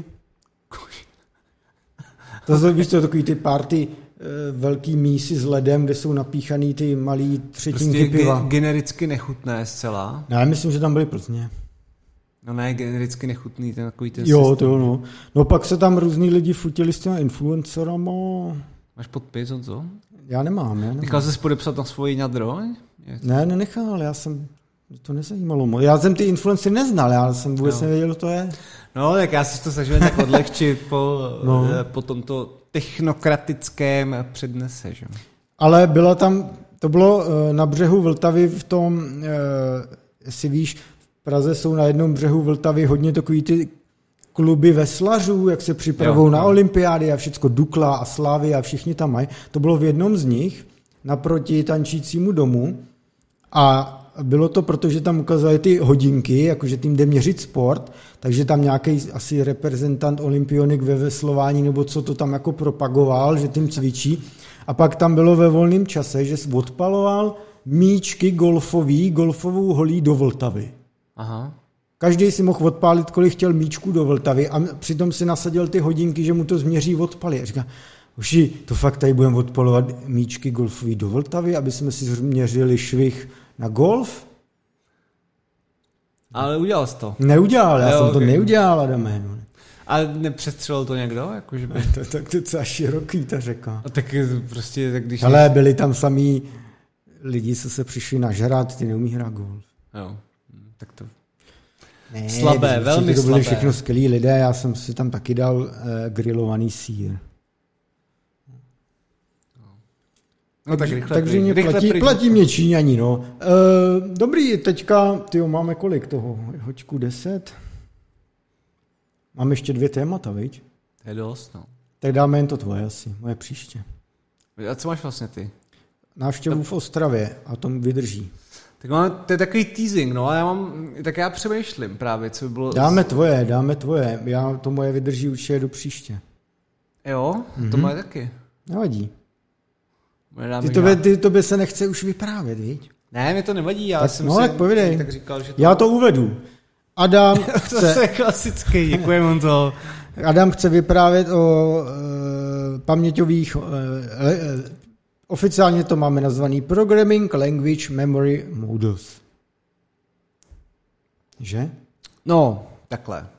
To jsou, víš co, takový ty party velký mísy s ledem, kde jsou napíchaný ty malý třetinky prostě piva. Ge- genericky nechutné zcela. Já myslím, že tam byly Plzně. No ne, genericky nechutný, ten takový ten jo, systém. Jo, no. No pak se tam různý lidi fotili s těma influencerama. Máš podpis, on co? Já nemám, já nemám. Nechal jsi podepsat na svoji ňadro? Ne, nenechal, já jsem, to nezajímalo. Já jsem ty influencery neznal, já jsem vůbec no. nevěděl, to je. No, tak já si to snažil tak odlehčit po, no. po tomto technokratickém přednese, že? Ale byla tam, to bylo na břehu Vltavy v tom, jestli víš, v Praze jsou na jednom břehu Vltavy hodně takový ty kluby veslařů, jak se připravují na olympiády a všecko, Dukla a Slávy a všichni tam mají. To bylo v jednom z nich, naproti tančícímu domu a bylo to, protože tam ukazovali ty hodinky, jakože tím jde měřit sport, takže tam nějaký asi reprezentant olympionik ve veslování nebo co to tam jako propagoval, že tím cvičí. A pak tam bylo ve volném čase, že odpaloval míčky golfový, golfovou holí do Vltavy. Aha. Každý si mohl odpálit, kolik chtěl míčků do Vltavy a přitom si nasadil ty hodinky, že mu to změří odpaly. A říká, uši, to fakt tady budeme odpalovat míčky golfový do Vltavy, aby jsme si změřili švih na golf? Ale udělal jsi to. Neudělal, já jo, jsem okay. to neudělal, Adame. A nepřestřelil to někdo? Jako, že by... to, to, to je docela široký, ta řeka. A tak prostě, tak když... Ale byli tam samý lidi, co se přišli nažrat, ty neumí hrát golf. Jo, tak to... Ne, slabé, velmi to slabé. byli všechno skvělí lidé, já jsem si tam taky dal uh, grilovaný sýr. No tak rychle Takže mě rychle platí, pryč. platí mě Číňani, no. E, dobrý, teďka, tyjo, máme kolik toho? Hoďku deset? Máme ještě dvě témata, viď? To je dost, no. Tak dáme jen to tvoje asi, moje příště. A co máš vlastně ty? Návštěvu v Ostravě a tom vydrží. Tak mám, to je takový teasing, no, a já mám, tak já přemýšlím právě, co by bylo... Dáme tvoje, dáme tvoje, já to moje vydrží určitě do příště. Jo, mm-hmm. To moje taky. Nevadí. Ty tobě, ty tobě se nechce už vyprávět, viď? Ne, mi to nevadí, já tak, jsem no, si tak povídej. tak říkal, že to... Já to uvedu. Adam chce... To je klasický, děkuji vám to. Adam chce vyprávět o e, paměťových... E, e, oficiálně to máme nazvaný Programming Language Memory Models. Že? No, takhle.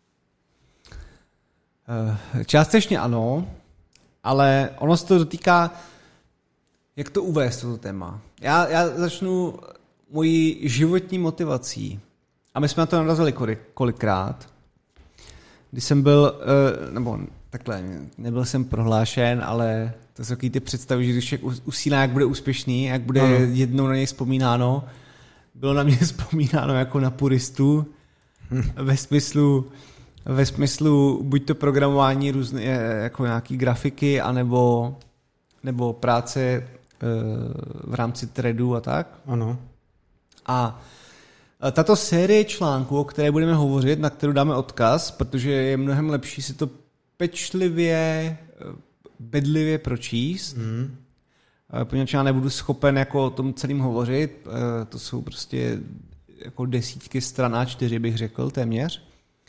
E, částečně ano, ale ono se to dotýká... Jak to uvést, toto téma? Já, já začnu mojí životní motivací. A my jsme na to narazili kolik, kolikrát. Když jsem byl, nebo takhle, nebyl jsem prohlášen, ale to jsou takový ty představy, že když člověk usíná, jak bude úspěšný, jak bude ano. jednou na něj vzpomínáno. Bylo na mě vzpomínáno jako na puristu, hm. ve smyslu, ve smyslu buď to programování různé, jako nějaký grafiky, anebo nebo práce v rámci threadu a tak. Ano. A tato série článků, o které budeme hovořit, na kterou dáme odkaz, protože je mnohem lepší si to pečlivě, bedlivě pročíst, mm. poněvadž já nebudu schopen jako o tom celým hovořit, to jsou prostě jako desítky stran A čtyři, bych řekl, téměř.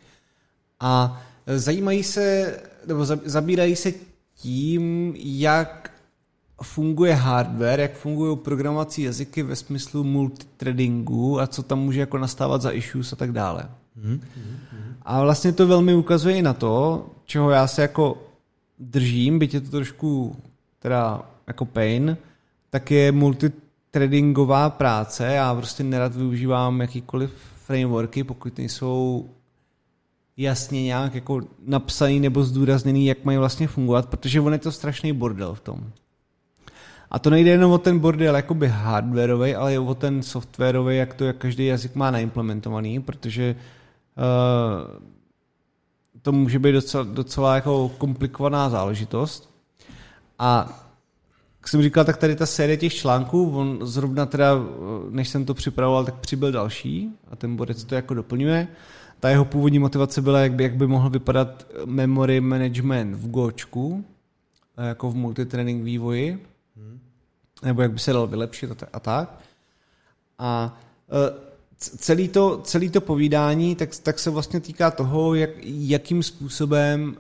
A zajímají se, nebo zabírají se tím, jak funguje hardware, jak fungují programovací jazyky ve smyslu multithreadingu a co tam může jako nastávat za issues a tak dále. Mm-hmm. A vlastně to velmi ukazuje i na to, čeho já se jako držím, byť je to trošku teda jako pain, tak je multithreadingová práce. Já prostě nerad využívám jakýkoliv frameworky, pokud nejsou jasně nějak jako napsaný nebo zdůrazněný, jak mají vlastně fungovat, protože on je to strašný bordel v tom. A to nejde jenom o ten bordel jakoby hardwareový, ale i o ten softwarový, jak to jak každý jazyk má naimplementovaný, protože uh, to může být docela, docela jako komplikovaná záležitost. A jak jsem říkal, tak tady ta série těch článků, on zrovna teda, než jsem to připravoval, tak přibyl další a ten bodec to jako doplňuje. Ta jeho původní motivace byla, jak by, jak by mohl vypadat memory management v Gočku, jako v multithreading vývoji, hmm. nebo jak by se dal vylepšit a tak. A celý to, celý to povídání tak, tak se vlastně týká toho, jak, jakým způsobem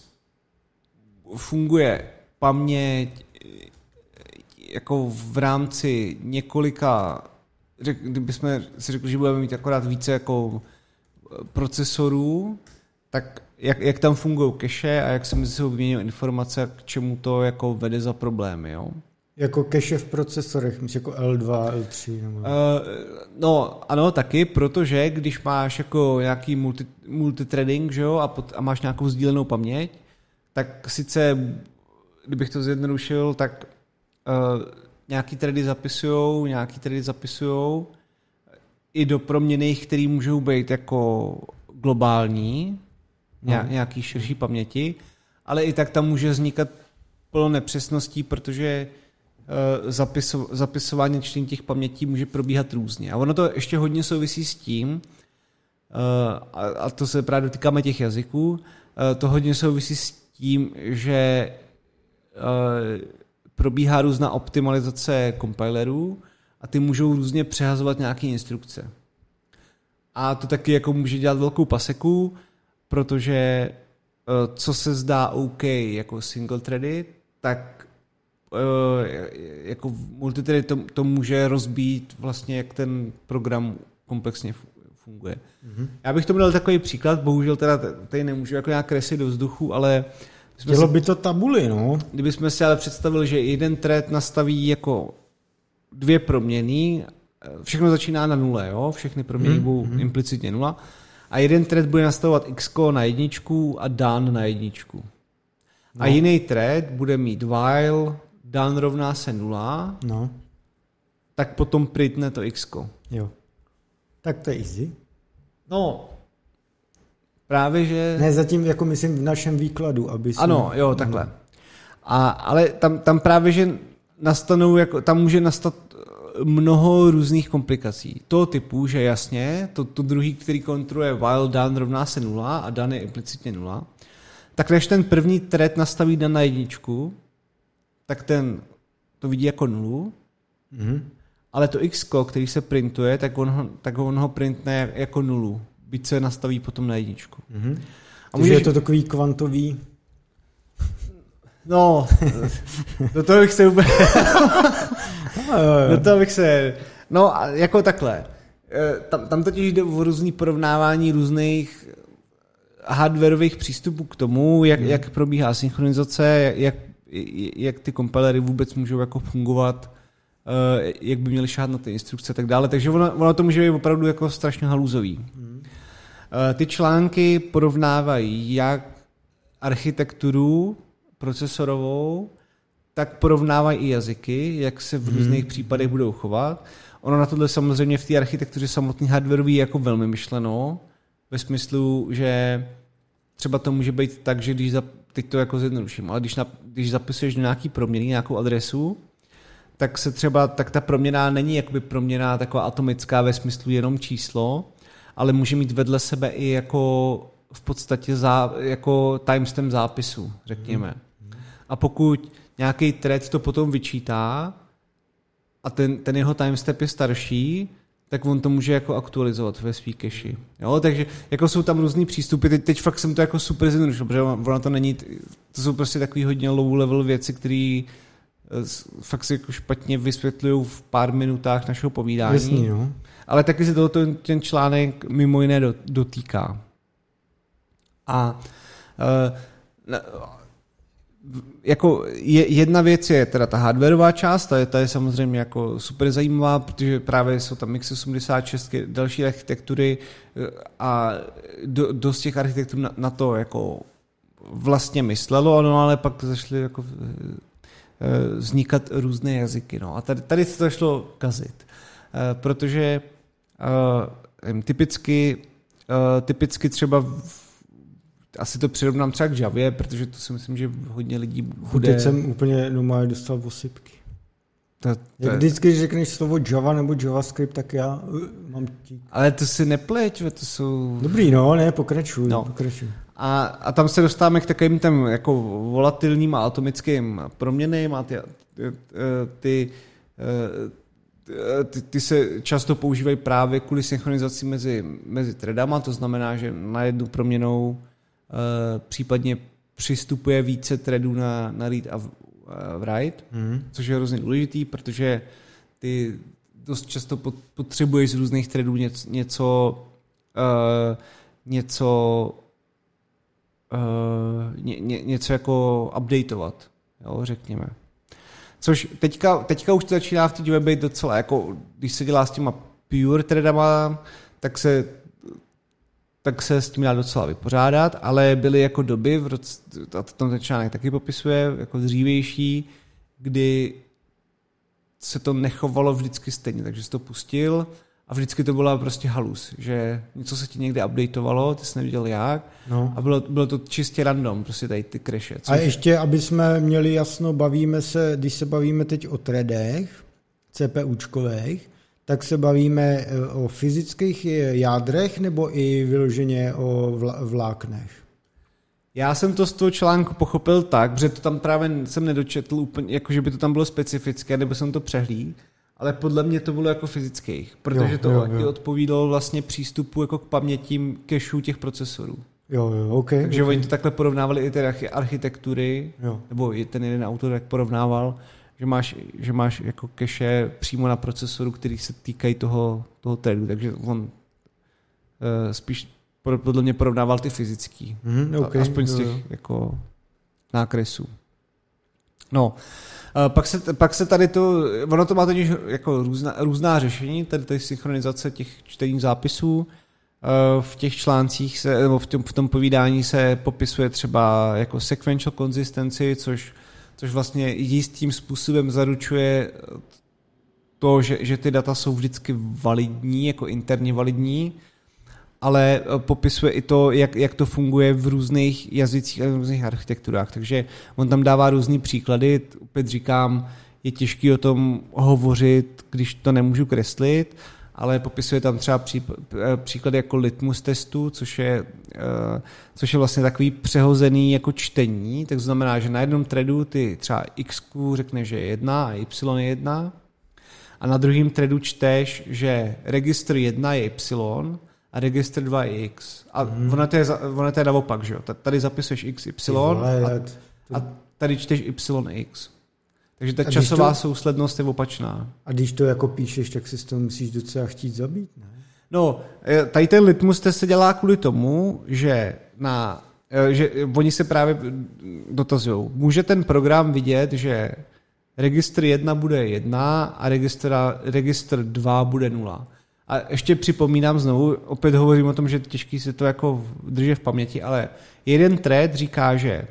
funguje paměť jako v rámci několika, kdybychom si řekli, že budeme mít akorát více jako procesorů, tak jak, jak tam fungují cache a jak se mezi sebou vyměňují informace a k čemu to jako vede za problémy, jo? Jako cache v procesorech, myslím jako L dva, L tři? Nebo... Uh, no, ano, taky, protože když máš jako nějaký multi, multithreading, že jo, a, pot, a máš nějakou sdílenou paměť, tak sice, kdybych to zjednodušil, tak uh, nějaký thready zapisujou, nějaký thready zapisujou i do proměnných, který můžou být jako globální, no. nějaký širší paměti, ale i tak tam může vznikat plno nepřesností, protože uh, zapiso, zapisování a čtení těch pamětí může probíhat různě. A ono to ještě hodně souvisí s tím, uh, a, a to se právě dotýkáme těch jazyků, uh, to hodně souvisí s tím, že uh, probíhá různá optimalizace compilerů a ty můžou různě přehazovat nějaké instrukce. A to taky jako může dělat velkou paseku, protože uh, co se zdá OK jako single thready, tak uh, jako multithready to, to může rozbít vlastně, jak ten program komplexně funguje. Mm-hmm. Já bych tomu dal takový příklad, bohužel teda tady nemůžu jako nějak kreslit do vzduchu, ale chtělo by to tabuly, no. Kdybychom si ale představili, že jeden thread nastaví jako dvě proměny, všechno začíná na nule, jo? Všechny proměny hmm. budou hmm. implicitně nula. A jeden thread bude nastavovat x na jedničku a done na jedničku. No. A jiný thread bude mít while, done rovná se nula, no. tak potom printne to x-ko. Jo. Tak to je easy. No, právě, že... Ne, zatím jako myslím v našem výkladu, aby jsme... Ano, jo, takhle. A, ale tam, tam právě, že nastanou, jako, tam může nastat mnoho různých komplikací. Toho typu, že jasně, to, to druhý, který kontroluje while done rovná se nula a done je implicitně nula, tak než ten první thread nastaví done na jedničku, tak ten to vidí jako nulu, mm-hmm. ale to x, který se printuje, tak on ho, tak on ho printne jako nulu, byť se nastaví potom na jedničku. Mm-hmm. A můžeš... je to takový kvantový... No, do toho bych se úplně... do toho bych se... No, jako takhle. Tam, tam totiž jde o různý porovnávání různých hardwareových přístupů k tomu, jak, hmm. jak probíhá synchronizace, jak, jak ty kompilery vůbec můžou jako fungovat, jak by měly šát na ty instrukce a tak dále. Takže ono, ono to může být opravdu jako strašně haluzový. Hmm. Ty články porovnávají jak architekturu procesorovou, tak porovnávají i jazyky, jak se v různých hmm. případech budou chovat. Ono na tohle samozřejmě v té architektuře samotný hardwareový je jako velmi myšleno, ve smyslu, že třeba to může být tak, že když, zap, teď to jako zjednoduším, ale když, na, když zapisuješ do nějaký proměny, nějakou adresu, tak se třeba, tak ta proměna není jakoby proměna taková atomická ve smyslu jenom číslo, ale může mít vedle sebe i jako v podstatě zá, jako timestamp zápisu, řekněme. Hmm. A pokud nějaký thread to potom vyčítá a ten, ten jeho timestamp je starší, tak on to může jako aktualizovat ve svý cache. Jo, takže jako jsou tam různý přístupy. Teď, teď fakt jsem to jako super zjednodušil, protože ono to není, to jsou prostě takový hodně low level věci, které fakt si jako špatně vysvětlují v pár minutách našeho povídání. Jasný, no. Ale taky se tohoto ten článek mimo jiné dotýká. A uh, jako je, jedna věc je teda ta hardwareová část, ta je, ta je samozřejmě jako super zajímavá, protože právě jsou tam X osmdesát šest, další architektury a do, dost těch architektur na, na to jako vlastně myslelo, no ale pak zašly jako vznikat různé jazyky. No. A tady, tady se to šlo kazit, protože uh, typicky, uh, typicky třeba v, asi to přirovnám třeba k Javě, protože to si myslím, že hodně lidí bude... Teď jsem úplně normálně dostal osypky. To, to Jak vždycky, když řekneš slovo Java nebo JavaScript, tak já uh, mám tí. Ale to si nepleť, to jsou... Dobrý, no, ne, pokračuj, no. pokračuj. A, a tam se dostáváme k takovým těm jako volatilním a atomickým proměnám a ty, ty, ty, ty, ty se často používají právě kvůli synchronizaci mezi, mezi threadama, to znamená, že na jednu proměnou Uh, případně přistupuje více threadů na, na read a uh, write, mm. což je hrozně důležitý, protože ty dost často potřebuješ z různých threadů něco, něco, uh, něco, uh, ně, ně, něco jako updateovat, jo, řekněme. Což teďka, teďka už to začíná v té Javě být docela, jako když se dělá s těma pure threadama, tak se tak se s tím dá docela vypořádat, ale byly jako doby, v roce, a tam ten článek taky popisuje, jako dřívější, kdy se to nechovalo vždycky stejně, takže jsi to pustil a vždycky to byla prostě halus, že něco se ti někde updateovalo, ty jsi nevěděl jak no. a bylo, bylo to čistě random, prostě tady ty crashe. Což... A ještě, aby jsme měli jasno, bavíme se, když se bavíme teď o threadech, CPUčkových, tak se bavíme o fyzických jádrech nebo i vyloženě o vláknech? Já jsem to z toho článku pochopil tak, protože to tam právě jsem nedočetl úplně, jako že by to tam bylo specifické, nebo jsem to přehlíd, ale podle mě to bylo jako fyzických, protože jo, to jo, jo. odpovídalo vlastně přístupu jako k pamětím cacheů těch procesorů. Jo, jo, okay, Takže okay. oni to takhle porovnávali i ty architektury, jo. nebo ten jeden autor tak porovnával, že máš, že máš jako cache přímo na procesoru, který se týkají toho, toho threadu, takže on uh, spíš podle mě porovnával ty fyzický, mm, okay, aspoň z těch jo. jako nákresů. No, uh, pak, se, pak se tady to, ono to má totiž jako různá, různá řešení, tady, tady synchronizace těch čtených zápisů, uh, v těch článcích se, nebo v tom, v tom povídání se popisuje třeba jako sequential consistency, což což vlastně jistým způsobem zaručuje to, že, že ty data jsou vždycky validní, jako interně validní, ale popisuje i to, jak, jak to funguje v různých jazycích a v různých architekturách. Takže on tam dává různý příklady. Opět říkám, je těžké o tom hovořit, když to nemůžu kreslit, ale popisuje tam třeba pří, příklady jako litmus testu, což je, což je vlastně takový přehozený jako čtení. Tak znamená, že na jednom threadu ty třeba x řekne, že je jedna a y je jedna, a na druhém threadu čteš, že registr jedna je y a registr dva je x. A hmm. ono to je, ono to je naopak, že jo? Tady zapisuješ x, y a, a tady čteš y, x. Takže ta časová to, souslednost je opačná. A když to jako píšeš, tak si z toho musíš docela chtít zabít, ne? No, tady ten litmus test se dělá kvůli tomu, že, na, že oni se právě dotazují. Může ten program vidět, že registr jedna bude jedna a registr, registr dva bude nula. A ještě připomínám znovu, opět hovořím o tom, že těžký si to jako držet v paměti, ale jeden thread říká, že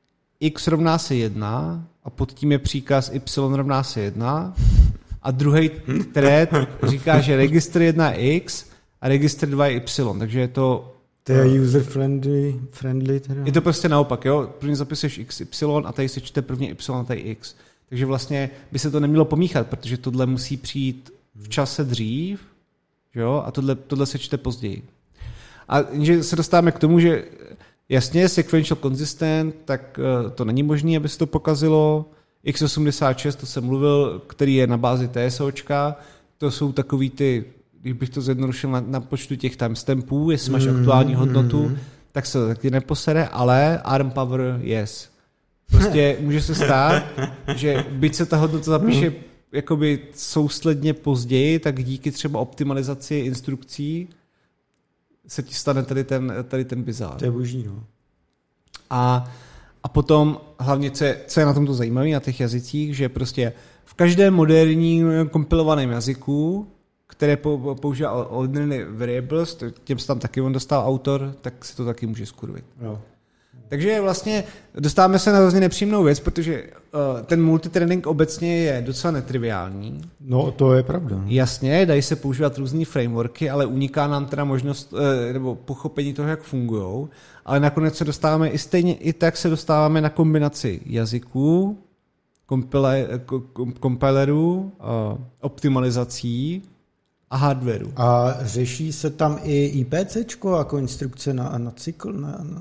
x rovná se jedna a pod tím je příkaz y rovná se jedna a druhý thread říká, že registr jedna je x a registr dva je y, takže je to... To je user friendly, friendly teda. Je to prostě naopak, jo? První zapisuješ x, y a tady se čte prvně y a tady x. Takže vlastně by se to nemělo pomíchat, protože tohle musí přijít v čase dřív, jo? A tohle, tohle se čte později. A že se dostáváme k tomu, že jasně, sequential consistent, tak to není možné, aby se to pokazilo. x osmdesát šest, to jsem mluvil, který je na bázi TSOčka, to jsou takový ty, když bych to zjednodušil na, na počtu těch timestampů, jestli máš mm, aktuální hodnotu, mm. tak se to taky neposere, ale A R M power yes. Prostě může se stát, že byť se ta hodnota zapíše jakoby sousledně později, tak díky třeba optimalizaci instrukcí se ti stane tady ten, tady ten bizár. To je boží, no. A, a potom hlavně, co je, co je na tomto zajímavé, na těch jazycích, že prostě v každém moderním kompilovaném jazyku, které používá ordinary variables, těm se tam taky on dostal autor, tak se to taky může skurvit. No. Takže vlastně dostáváme se na hrozně nepříjemnou věc, protože uh, ten multithreading obecně je docela netriviální. No, to je pravda. No. Jasně, dají se používat různý frameworky, ale uniká nám teda možnost, uh, nebo pochopení toho, jak fungujou, ale nakonec se dostáváme i stejně, i tak se dostáváme na kombinaci jazyků, kompilerů, uh, optimalizací a hardwareu. A řeší se tam i IPCčko jako instrukce na, na cykl, na... na...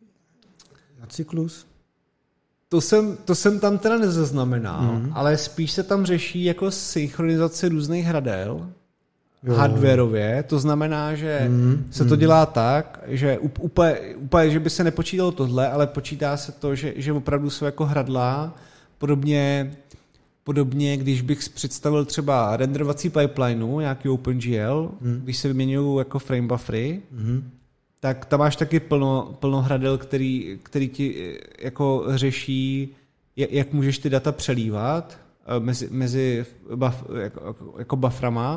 A cyklus? To jsem, to jsem tam teda nezaznamenal, mm. ale spíš se tam řeší jako synchronizace různých hradel jo. hardwareově, to znamená, že mm. se to dělá tak, že úplně, úplně, že by se nepočítalo tohle, ale počítá se to, že, že opravdu jsou jako hradla, podobně, podobně, když bych představil třeba renderovací pipelineu, nějaký OpenGL, mm. když se vyměňují jako frame buffery, mm. tak tam máš taky plno, plno hradel, který, který ti jako řeší, jak můžeš ty data přelívat mezi, mezi buff, jako, jako bufferama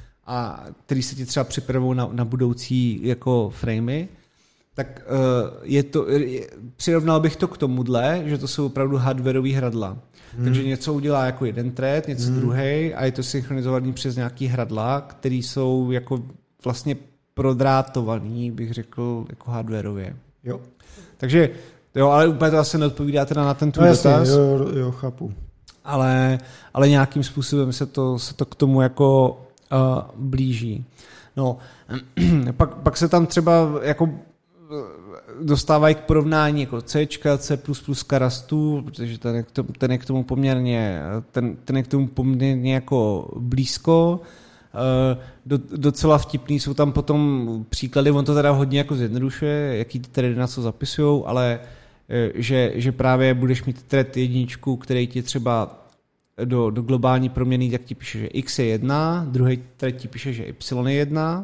a který se ti třeba připravují na, na budoucí jako framey. Tak je to, je, přirovnal bych to k tomuhle, že to jsou opravdu hardwareový hradla. Hmm. Takže něco udělá jako jeden thread, něco hmm. druhý a je to synchronizovaný přes nějaký hradla, který jsou jako vlastně prodrátovaný, bych řekl, jako hardwareově. Jo. Takže, jo, ale úplně to asi neodpovídá teda na ten tvůj no, dotaz. Jasně, jo, jo, chápu. Ale, ale nějakým způsobem se to, se to k tomu jako uh, blíží. No, pak, pak se tam třeba jako dostávají k porovnání jako C, C++, Rastu, protože ten je k tomu, ten je k tomu poměrně, ten, ten je k tomu poměrně jako blízko. Do, docela vtipný jsou tam potom příklady, on to teda hodně jako zjednodušuje, jaký ty thready na co zapisujou, ale že, že právě budeš mít thread jedničku, který ti třeba do, do globální proměny, tak ti píše, že x je jedna, druhý thread ti píše, že y je jedna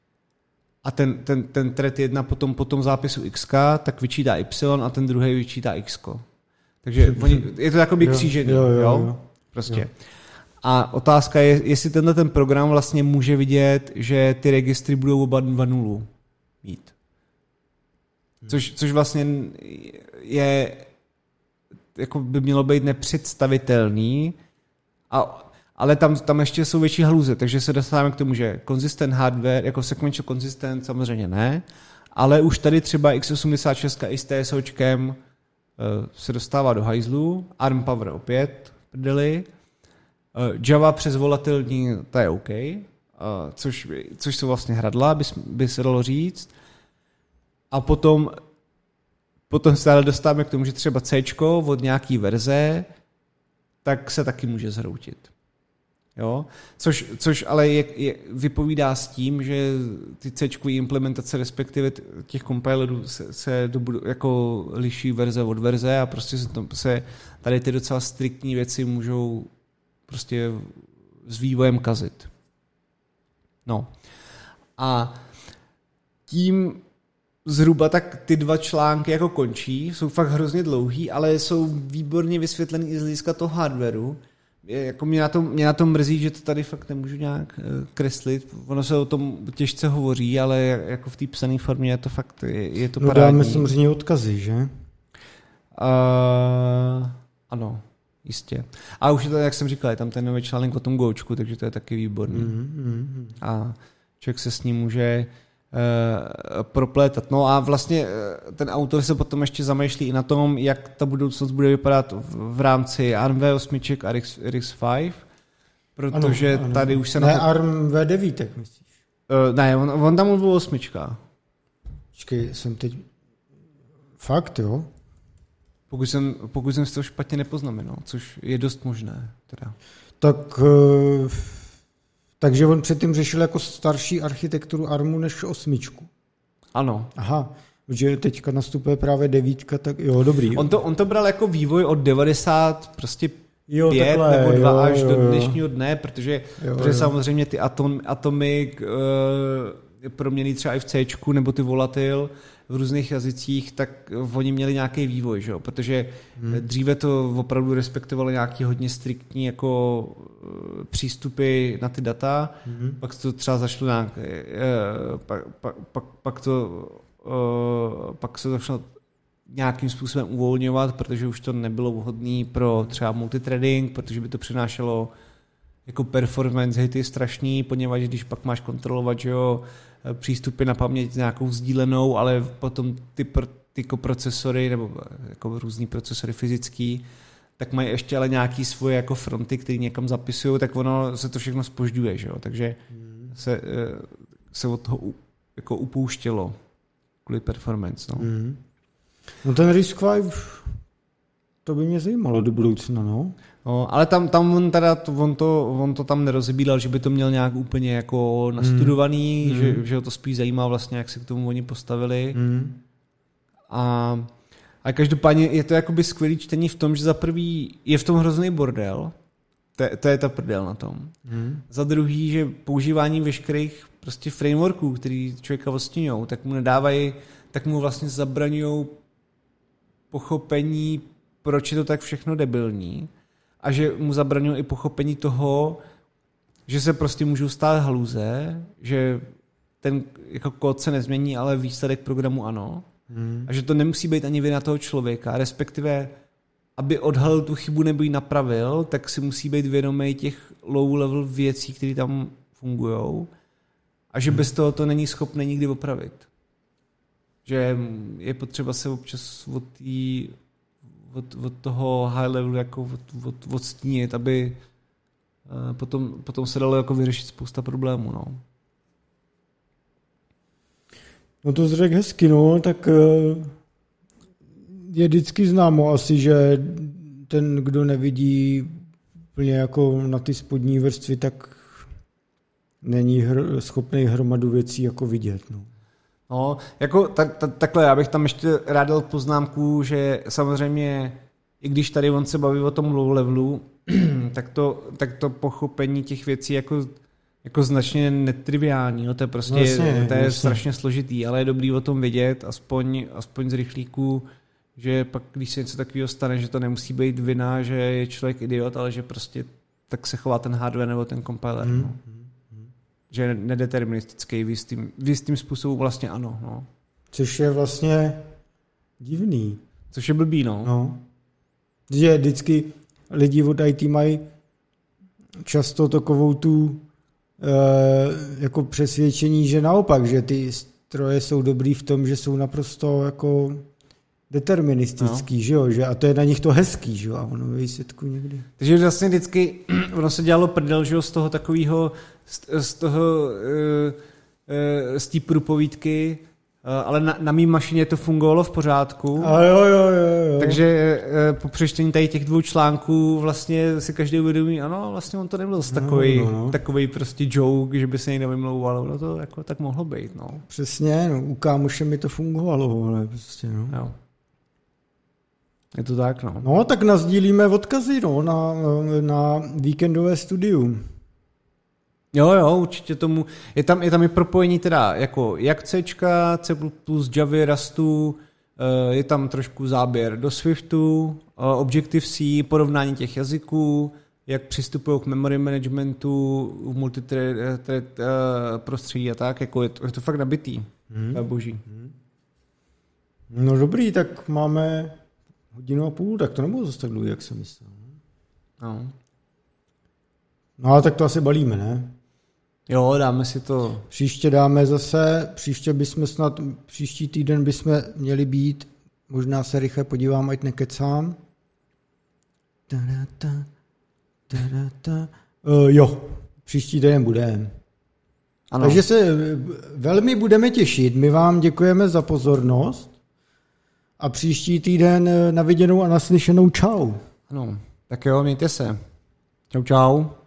a ten, ten, ten thread jedna potom po tom zápisu x, tak vyčítá y a ten druhý vyčítá x. Takže oni, je to jakoby křížený, jo, jo, jo, jo. Prostě. Jo. A otázka je, jestli tenhle ten program vlastně může vidět, že ty registry budou oba dva nulu mít. Což, což vlastně je jako by mělo být nepředstavitelný, a, ale tam, tam ještě jsou větší haluze, takže se dostáváme k tomu, že consistent hardware, jako sequential consistent samozřejmě ne, ale už tady třeba x osmdesát šest i s TSOčkem uh, se dostává do hajzlu, ARM Power opět v prdeli, uh, Java přes volatilní, to je OK, uh, což, což jsou vlastně hradla, by, by se dalo říct. A potom, potom se ale dostáváme k tomu, že třeba Cčko od nějaký verze, tak se taky může zhroutit. Jo? Což, což ale je, je, vypovídá s tím, že ty C-čkový implementace, respektive těch compilerů se, se do, jako liší verze od verze a prostě se, to, se tady ty docela striktní věci můžou prostě s vývojem kazit. No. A tím zhruba tak ty dva články jako končí, jsou fakt hrozně dlouhý, ale jsou výborně vysvětlený i z hlediska toho hardwareu. Jako mě na tom, mě na tom mrzí, že to tady fakt nemůžu nějak kreslit. Ono se o tom těžce hovoří, ale jako v té psané formě je to fakt, je, je to no parádní. No dáme samozřejmě odkazy, že? Uh, ano, jistě. A už je to, jak jsem říkal, je tam ten nový článek o tom Gočku, takže to je taky výborný. Mm-hmm. A člověk se s ním může Uh, proplétat. No a vlastně uh, ten autor se potom ještě zamýšlí i na tom, jak ta budoucnost bude vypadat v, v rámci ARM V osm a R X, R X pět, protože ano, ano. tady už se... Ne, na to... ARM V devět, myslíš? Uh, ne, on, on tam mluvil o osmičkách. Počkej, jsem teď... Fakt, jo? Pokud jsem, pokud jsem si to špatně nepoznamenal, což je dost možné. Teda. Tak... Uh... Takže on předtím řešil jako starší architekturu ARMu než osmičku. Ano. Aha, protože teďka nastupuje právě devítka, tak jo, dobrý. On to, on to bral jako vývoj od devadesát prostě jo, pět takhle, nebo dva jo, až jo, do jo. dnešního dne, protože, jo, protože jo. samozřejmě ty atom, atomy uh, proměny třeba i v Cčku nebo ty volatil v různých jazycích, tak oni měli nějaký vývoj, že jo? Protože hmm. dříve to opravdu respektovalo nějaký hodně striktní jako uh, přístupy na ty data, hmm. pak to třeba začalo nějak, uh, pak, pak, pak, pak to uh, pak se začalo nějakým způsobem uvolňovat, protože už to nebylo vhodné pro třeba multithreading, protože by to přinášelo jako performance hity strašný, poněvadž když pak máš kontrolovat, že jo, přístupy na paměť nějakou sdílenou, ale potom ty, pro, ty procesory nebo jako různý procesory fyzický, tak mají ještě ale nějaký svoje jako fronty, které někam zapisují, tak ono se to všechno zpožďuje, že jo, takže mm. se, se od toho jako upouštělo kvůli performance, no. Mm. No ten R I S Q pět, to by mě zajímalo do budoucna, no. No, ale tam, tam on, teda, on, to, on to tam nerozebíral, že by to měl nějak úplně jako nastudovaný, mm. že, že ho to spíš zajímá vlastně, jak se k tomu oni postavili. Mm. A, a každopádně je to jakoby skvělý čtení v tom, že za prvý je v tom hrozný bordel, to, to je ta prdel na tom. Mm. Za druhý, že používání veškerých prostě frameworků, který člověka odstíňou, tak mu nedávají, tak mu vlastně zabraňují pochopení, proč je to tak všechno debilní, a že mu zabraňují i pochopení toho, že se prostě můžou stát haluze, že ten jako kód se nezmění, ale výsledek programu ano. Hmm. A že to nemusí být ani vina toho člověka, respektive aby odhalil tu chybu nebo ji napravil, tak si musí být vědomý těch low-level věcí, které tam fungujou, a že hmm. bez toho to není schopné nikdy opravit. Že je potřeba se občas od tý Od, od toho high levelu jako od, od, odstínit, aby uh, potom, potom se dalo jako vyřešit spousta problémů. No, no to jsi řekl hezky, no, tak uh, je vždycky známo asi, že ten, kdo nevidí úplně jako na ty spodní vrstvy, tak není hr, schopný hromadu věcí jako vidět, no. No, jako tak, tak, takhle, já bych tam ještě rád dal poznámku, že samozřejmě, i když tady on se baví o tom low levelu, tak to, tak to pochopení těch věcí jako, jako značně netriviální, no, to je prostě, vlastně, to je vlastně. strašně složitý, ale je dobrý o tom vědět, aspoň, aspoň z rychlíku, že pak, když se něco takového stane, že to nemusí být vina, že je člověk idiot, ale že prostě tak se chová ten hardware nebo ten compiler, hmm. no. Že je nedeterministický v jistým, v jistým způsobu vlastně ano. No. Což je vlastně divný. Což je blbý, no. no. Že vždycky lidi od í té mají často takovou tu e, jako přesvědčení, že naopak, že ty stroje jsou dobrý v tom, že jsou naprosto jako deterministický, no. Že jo, že a to je na nich to hezký, že jo, a ono ve výsledku někdy. Takže vlastně vždycky ono se dělalo prdel, že jo, z toho takového, z, z toho, z té průpovídky, ale na, na mý mašině to fungovalo v pořádku. A jo, jo, jo, jo. Takže po přečtení tady těch dvou článků vlastně si každý uvědomí, ano, vlastně on to nebyl no, takový, no, no. takový prostě joke, že by se někdo vymlouval, no to jako tak mohlo být, no. Přesně, no, u kámoše mi to fungovalo, ale prostě, no. Jo. Je to tak, no. No, tak nazdílíme odkazy, no, na, na víkendové studium. Jo, jo, určitě tomu. Je tam, je tam i propojení teda jako jak C, C plus, Java, Rustu, je tam trošku záběr do Swiftu, Objective-C, porovnání těch jazyků, jak přistupují k memory managementu v multithread prostředí a tak, jako je to, je to fakt nabitý. Hmm. To je boží. No dobrý, tak máme hodinu a půl, tak to nebylo zase tak dlouhý, jak jsem myslel. No. No ale tak to asi balíme, ne? Jo, dáme si to. Příště dáme zase, příště bychom snad, příští týden bychom měli být, možná se rychle podívám, ať nekecám. Ta-da-ta, ta-da-ta. Uh, jo, příští týden budeme. Ano. Takže se velmi budeme těšit. My vám děkujeme za pozornost a příští týden na viděnou a naslyšenou čau. Ano, tak jo, mějte se. Čau, čau.